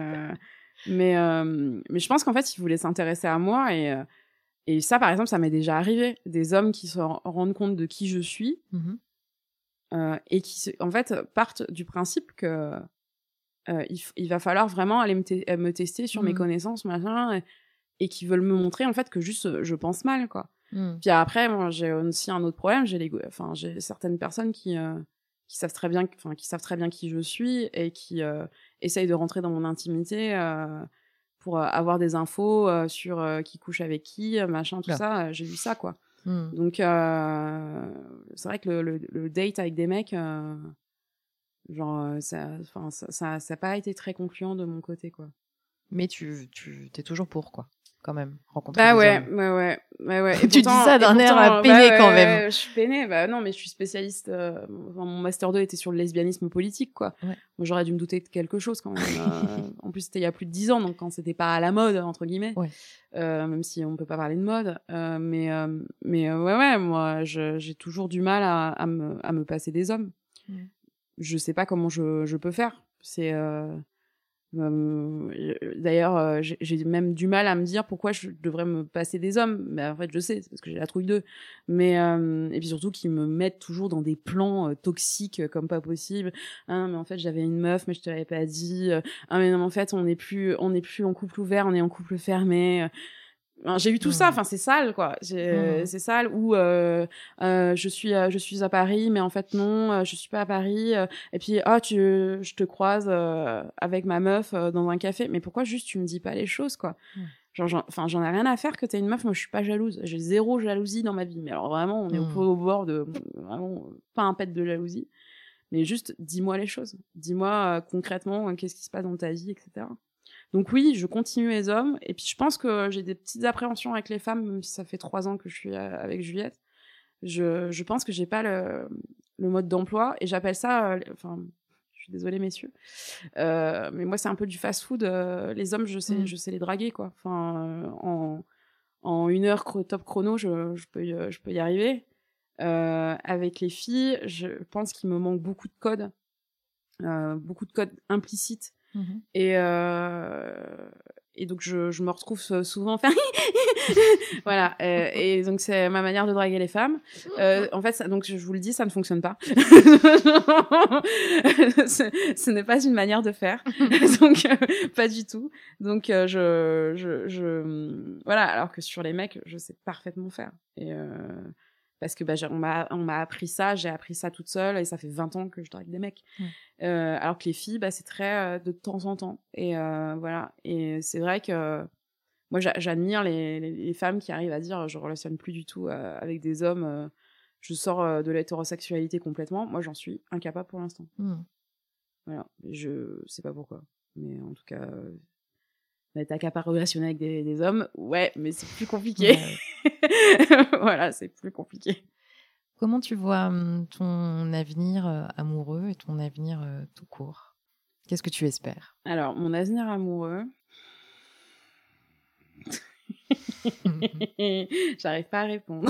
je pense qu'en fait, il voulait s'intéresser à moi et ça, par exemple, ça m'est déjà arrivé. Des hommes qui se rendent compte de qui je suis. Et qui en fait partent du principe que il va falloir vraiment aller me tester sur mes connaissances, machin, et qui veulent me montrer en fait que juste je pense mal, quoi. Puis après, moi, j'ai aussi un autre problème, j'ai certaines personnes qui savent très bien qui je suis et qui essayent de rentrer dans mon intimité pour avoir des infos sur qui couche avec qui, machin, tout ça. J'ai vu ça, quoi. Donc c'est vrai que le date avec des mecs, genre ça a pas été très concluant de mon côté, quoi. Mais t'es toujours pour, quoi, quand même, rencontrer des hommes. Ouais. Et tu dis ça d'un air peiné, quand même. Je suis peinée, non, mais je suis spécialiste. Mon master 2 était sur le lesbianisme politique, quoi. Ouais. Moi, j'aurais dû me douter de quelque chose quand même. En plus, c'était il y a plus de 10 ans, donc quand c'était pas à la mode, entre guillemets. Ouais. Même si on peut pas parler de mode. Ouais, moi, j'ai toujours du mal à me passer des hommes. Je sais pas comment je peux faire. C'est... d'ailleurs, j'ai même du mal à me dire pourquoi je devrais me passer des hommes. Mais en fait, je sais, c'est parce que j'ai la trouille d'eux. Mais et puis surtout qu'ils me mettent toujours dans des plans toxiques comme pas possible. Hein, mais en fait, j'avais une meuf, mais je te l'avais pas dit. Ah mais non, en fait, on n'est plus en couple ouvert, on est en couple fermé. J'ai eu tout ça, enfin c'est sale, quoi. C'est sale. Ou je suis à Paris, mais en fait non, je suis pas à Paris. Et puis je te croise avec ma meuf dans un café. Mais pourquoi juste tu me dis pas les choses, quoi? Genre, j'en ai rien à faire que t'aies une meuf. Moi, je suis pas jalouse. J'ai 0 jalousie dans ma vie. Mais alors vraiment, on est au bord de vraiment pas un pet de jalousie. Mais juste dis-moi les choses. Dis-moi concrètement qu'est-ce qui se passe dans ta vie, etc. Donc oui, je continue les hommes. Et puis je pense que j'ai des petites appréhensions avec les femmes, même si ça fait 3 ans que je suis avec Juliette. Je pense que j'ai pas le mode d'emploi. Et j'appelle ça... je suis désolée, messieurs. Mais moi, c'est un peu du fast-food. Les hommes, je sais les draguer, quoi. En 1 heure top chrono, je peux y arriver. Avec les filles, je pense qu'il me manque beaucoup de codes implicites. Et et donc je me retrouve souvent faire voilà, et donc c'est ma manière de draguer les femmes. En fait, donc je vous le dis, ça ne fonctionne pas. Ce n'est pas une manière de faire, donc pas du tout. Donc voilà, alors que sur les mecs, je sais parfaitement faire. Et parce que on m'a appris ça, j'ai appris ça toute seule, et ça fait 20 ans que je drague des mecs. Alors que les filles, c'est très de temps en temps. Et voilà. Et c'est vrai que moi, j'admire les femmes qui arrivent à dire je relationne plus du tout avec des hommes, je sors de l'hétérosexualité complètement. Moi, j'en suis incapable pour l'instant. Voilà. Je sais pas pourquoi. Mais en tout cas, t'as qu'à pas relationner avec des hommes. Ouais, mais c'est plus compliqué. Voilà, c'est plus compliqué. Comment tu vois ton avenir amoureux et ton avenir tout court? Qu'est-ce que tu espères? Alors, mon avenir amoureux... J'arrive pas à répondre.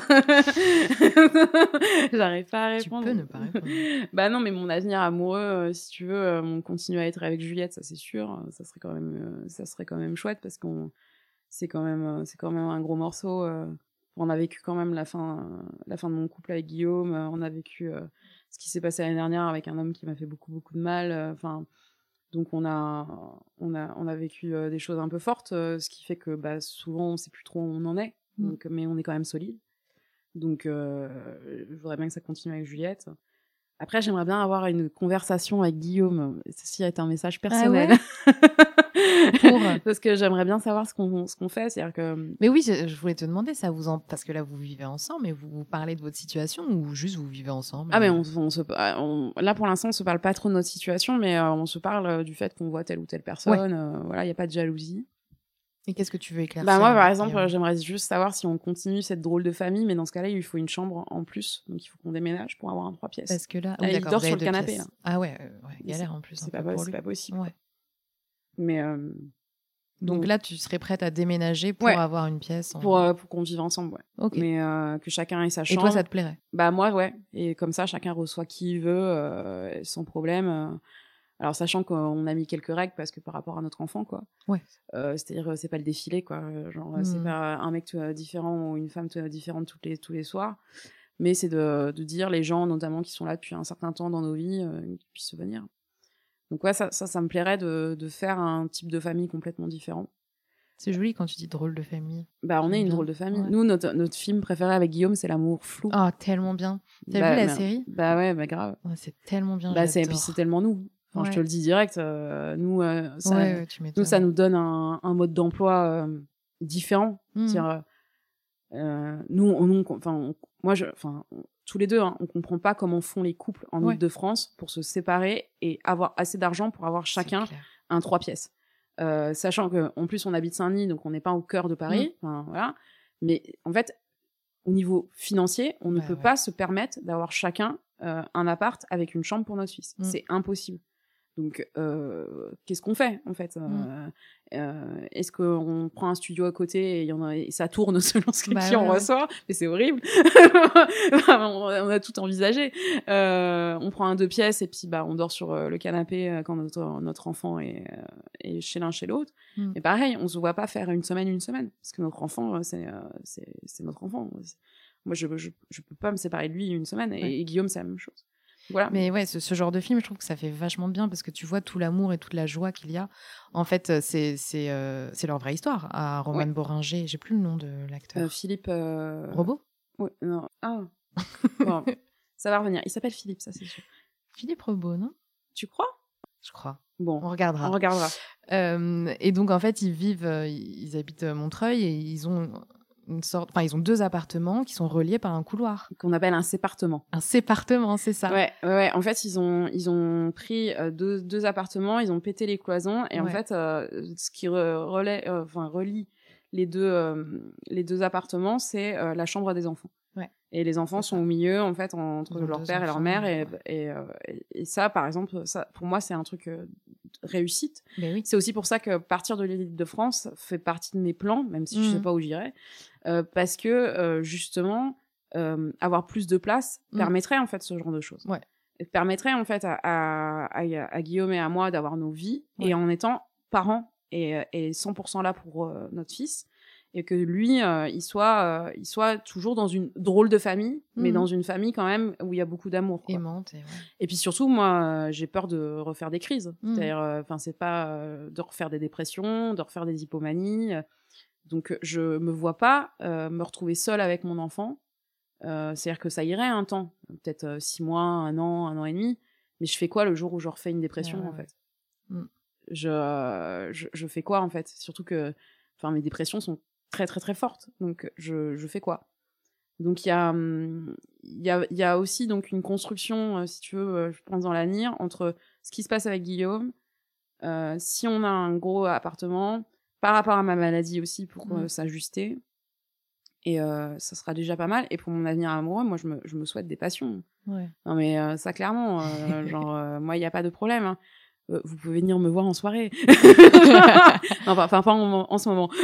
J'arrive pas à répondre. Tu peux ne pas répondre. Bah non, mais mon avenir amoureux, si tu veux, on continue à être avec Juliette, ça c'est sûr. Ça serait quand même chouette, parce qu'on c'est quand même un gros morceau. On a vécu quand même la fin de mon couple avec Guillaume. On a vécu ce qui s'est passé l'année dernière avec un homme qui m'a fait beaucoup de mal. Donc on a vécu des choses un peu fortes, ce qui fait que souvent on sait plus trop où on en est. Donc, mais on est quand même solide. Donc je voudrais bien que ça continue avec Juliette. Après, j'aimerais bien avoir une conversation avec Guillaume. Ceci est un message personnel. Ah ouais. Parce que j'aimerais bien savoir ce qu'on fait. C'est-à-dire que... Mais oui, je voulais te demander ça. Parce que là, vous vivez ensemble, mais vous parlez de votre situation ou juste vous vivez ensemble? Ah, mais là, pour l'instant, on se parle pas trop de notre situation, mais on se parle du fait qu'on voit telle ou telle personne. Voilà, il n'y a pas de jalousie. Et qu'est-ce que tu veux éclaircir? Moi, par exemple, j'aimerais juste savoir si on continue cette drôle de famille, mais dans ce cas-là, il lui faut une chambre en plus. Donc, il faut qu'on déménage pour avoir un 3 pièces. Parce que là, il dort sur le canapé. Là. Ah ouais, galère en plus. C'est pas possible. Ouais. Mais donc là, tu serais prête à déménager pour avoir une pièce pour qu'on vive ensemble, ouais. Okay. Mais que chacun ait sa chambre. Et toi, ça te plairait? Moi, ouais. Et comme ça, chacun reçoit qui il veut, sans problème. Alors, sachant qu'on a mis quelques règles, parce que par rapport à notre enfant, quoi. Ouais. C'est-à-dire, c'est pas le défilé, quoi. Genre, c'est pas un mec différent ou une femme différente tous les soirs. Mais c'est de dire les gens, notamment, qui sont là depuis un certain temps dans nos vies, qui puissent venir. Donc ouais, ça me plairait de faire un type de famille complètement différent. C'est joli quand tu dis drôle de famille. On est une drôle de famille. Ouais. Nous, notre film préféré avec Guillaume, c'est L'amour flou. Oh, tellement bien. T'as vu la série? Ouais, grave. Oh, c'est tellement bien, et puis c'est tellement nous. Enfin, je te le dis direct, nous, ça nous donne un mode d'emploi différent. C'est-à-dire, tous les deux, on comprend pas comment font les couples en Île-de-France pour se séparer et avoir assez d'argent pour avoir chacun un 3 pièces. Sachant qu'en plus, on habite Saint-Denis, donc on n'est pas au cœur de Paris. Voilà. Mais en fait, au niveau financier, on ne peut pas se permettre d'avoir chacun un appart avec une chambre pour notre fils. C'est impossible. Donc, qu'est-ce qu'on fait, en fait? Est-ce qu'on prend un studio à côté et ça tourne selon ce qui on reçoit? Mais c'est horrible. On a tout envisagé. On prend un 2 pièces et puis on dort sur le canapé quand notre enfant est chez l'un, chez l'autre. Mais pareil, on se voit pas faire une semaine. Parce que notre enfant, c'est notre enfant. Moi, je peux pas me séparer de lui une semaine. Et Guillaume, c'est la même chose. Voilà. Mais ouais, ce genre de film, je trouve que ça fait vachement bien parce que tu vois tout l'amour et toute la joie qu'il y a. En fait, c'est leur vraie histoire à Roman Boringer. J'ai plus le nom de l'acteur. Philippe Robot. Oui, non. Ah. Bon, ça va revenir. Il s'appelle Philippe, ça c'est sûr. Philippe Robot, non? Tu crois? Je crois. Bon, on regardera. Et donc en fait, ils habitent Montreuil et ils ont ils ont 2 appartements qui sont reliés par un couloir. Qu'on appelle un sépartement. Un sépartement, c'est ça. Ouais. En fait, ils ont pris 2 appartements, ils ont pété les cloisons et en fait, ce qui relie les deux appartements, c'est la chambre des enfants. Ouais. Et les enfants sont au milieu, en fait, entre leur père et leur mère. Et ça, par exemple, ça, pour moi, c'est un truc réussite. Mais oui. C'est aussi pour ça que partir de l'Île-de-France fait partie de mes plans, même si je sais pas où j'irai. Parce que, justement, avoir plus de place permettrait, en fait, ce genre de choses. Ouais. Permettrait, en fait, à Guillaume et à moi d'avoir nos vies et en étant parents et 100% là pour notre fils, et que lui, il soit toujours dans une drôle de famille, mais dans une famille quand même où il y a beaucoup d'amour. Aimante. Et puis surtout, moi, j'ai peur de refaire des crises. C'est-à-dire, c'est pas de refaire des dépressions, de refaire des hypomanies. Donc, je me vois pas me retrouver seule avec mon enfant. C'est-à-dire que ça irait un temps, peut-être 6 mois, 1 an et demi. Mais je fais quoi le jour où je refais une dépression, en fait? Je fais quoi, en fait? Surtout que mes dépressions sont très, très, très fortes. Donc, je fais quoi? Donc, il y a aussi donc, une construction, si tu veux, je pense, dans l'avenir, entre ce qui se passe avec Guillaume, si on a un gros appartement, par rapport à ma maladie aussi, pour s'ajuster. Et ça sera déjà pas mal. Et pour mon avenir amoureux, moi, je me souhaite des passions. Ouais. Non, mais ça, clairement, moi, il n'y a pas de problème. Hein. Vous pouvez venir me voir en soirée. Non, pas en ce moment.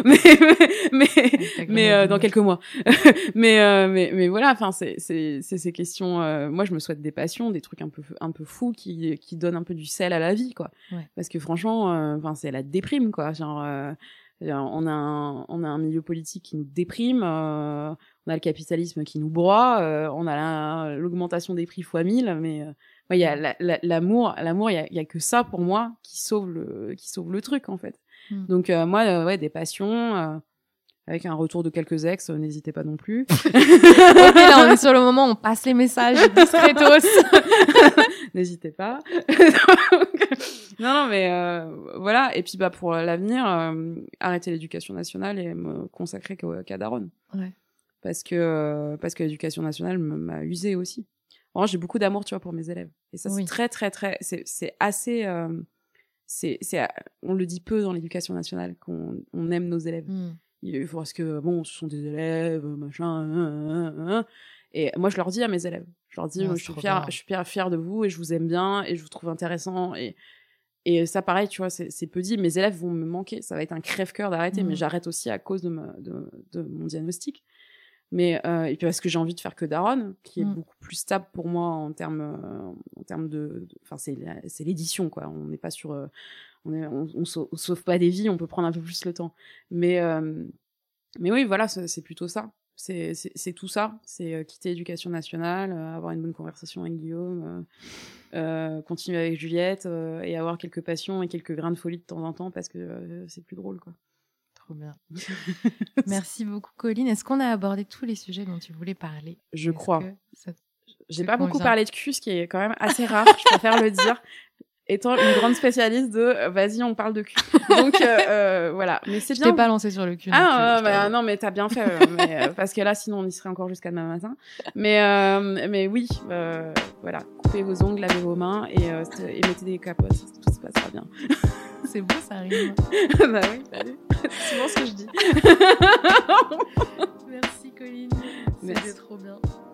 Mais dans quelques mois. mais voilà, c'est ces questions. Moi, je me souhaite des passions, des trucs un peu fous qui donnent un peu du sel à la vie, quoi. Ouais. Parce que franchement, c'est la déprime, quoi. Genre, on a un milieu politique qui nous déprime, on a le capitalisme qui nous broie, on a l'augmentation des prix fois 1000, mais il y a l'amour, il y a que ça pour moi qui sauve le truc, en fait. Donc moi, des passions, avec un retour de quelques ex, n'hésitez pas non plus. Ok, là on est sur le moment, on passe les messages discretos. N'hésitez pas. Non, mais voilà. Et puis pour l'avenir, arrêter l'éducation nationale et me consacrer qu'à Daronne. Ouais. Parce que l'éducation nationale m'a usée aussi. En vrai, j'ai beaucoup d'amour, tu vois, pour mes élèves. Et ça, c'est très, très, très... C'est assez... on le dit peu dans l'éducation nationale, qu'on aime nos élèves. Parce que, ce sont des élèves, machin... Et moi, je leur dis à mes élèves. Je leur dis, je suis fière de vous, et je vous aime bien, et je vous trouve intéressant, et ça, pareil, tu vois, c'est peu dit. Mes élèves vont me manquer. Ça va être un crève-cœur d'arrêter, mais j'arrête aussi à cause de mon diagnostic. Mais et puis parce que j'ai envie de faire que Daronne, qui est beaucoup plus stable pour moi en termes de, c'est l'édition, quoi. On n'est pas sur, on sauve pas des vies, on peut prendre un peu plus le temps. Mais oui, voilà, c'est plutôt ça. C'est tout ça. C'est quitter l'éducation nationale, avoir une bonne conversation avec Guillaume, continuer avec Juliette, et avoir quelques passions et quelques grains de folie de temps en temps parce que c'est plus drôle, quoi. Trop bien. Merci beaucoup, Colline. Est-ce qu'on a abordé tous les sujets dont tu voulais parler? Je crois. J'ai pas beaucoup parlé de cul, ce qui est quand même assez rare, je préfère le dire. Étant une grande spécialiste de vas-y, on parle de cul. Donc voilà, mais c'est bien. Je t'ai pas lancé sur le cul. Non, mais t'as bien fait, parce que là, sinon, on y serait encore jusqu'à demain matin. Mais oui, voilà, coupez vos ongles, lavez vos mains et mettez des capotes, tout se passera bien. C'est beau, ça rime. Bah oui, c'est souvent ce que je dis. Merci, Colline. C'était trop bien.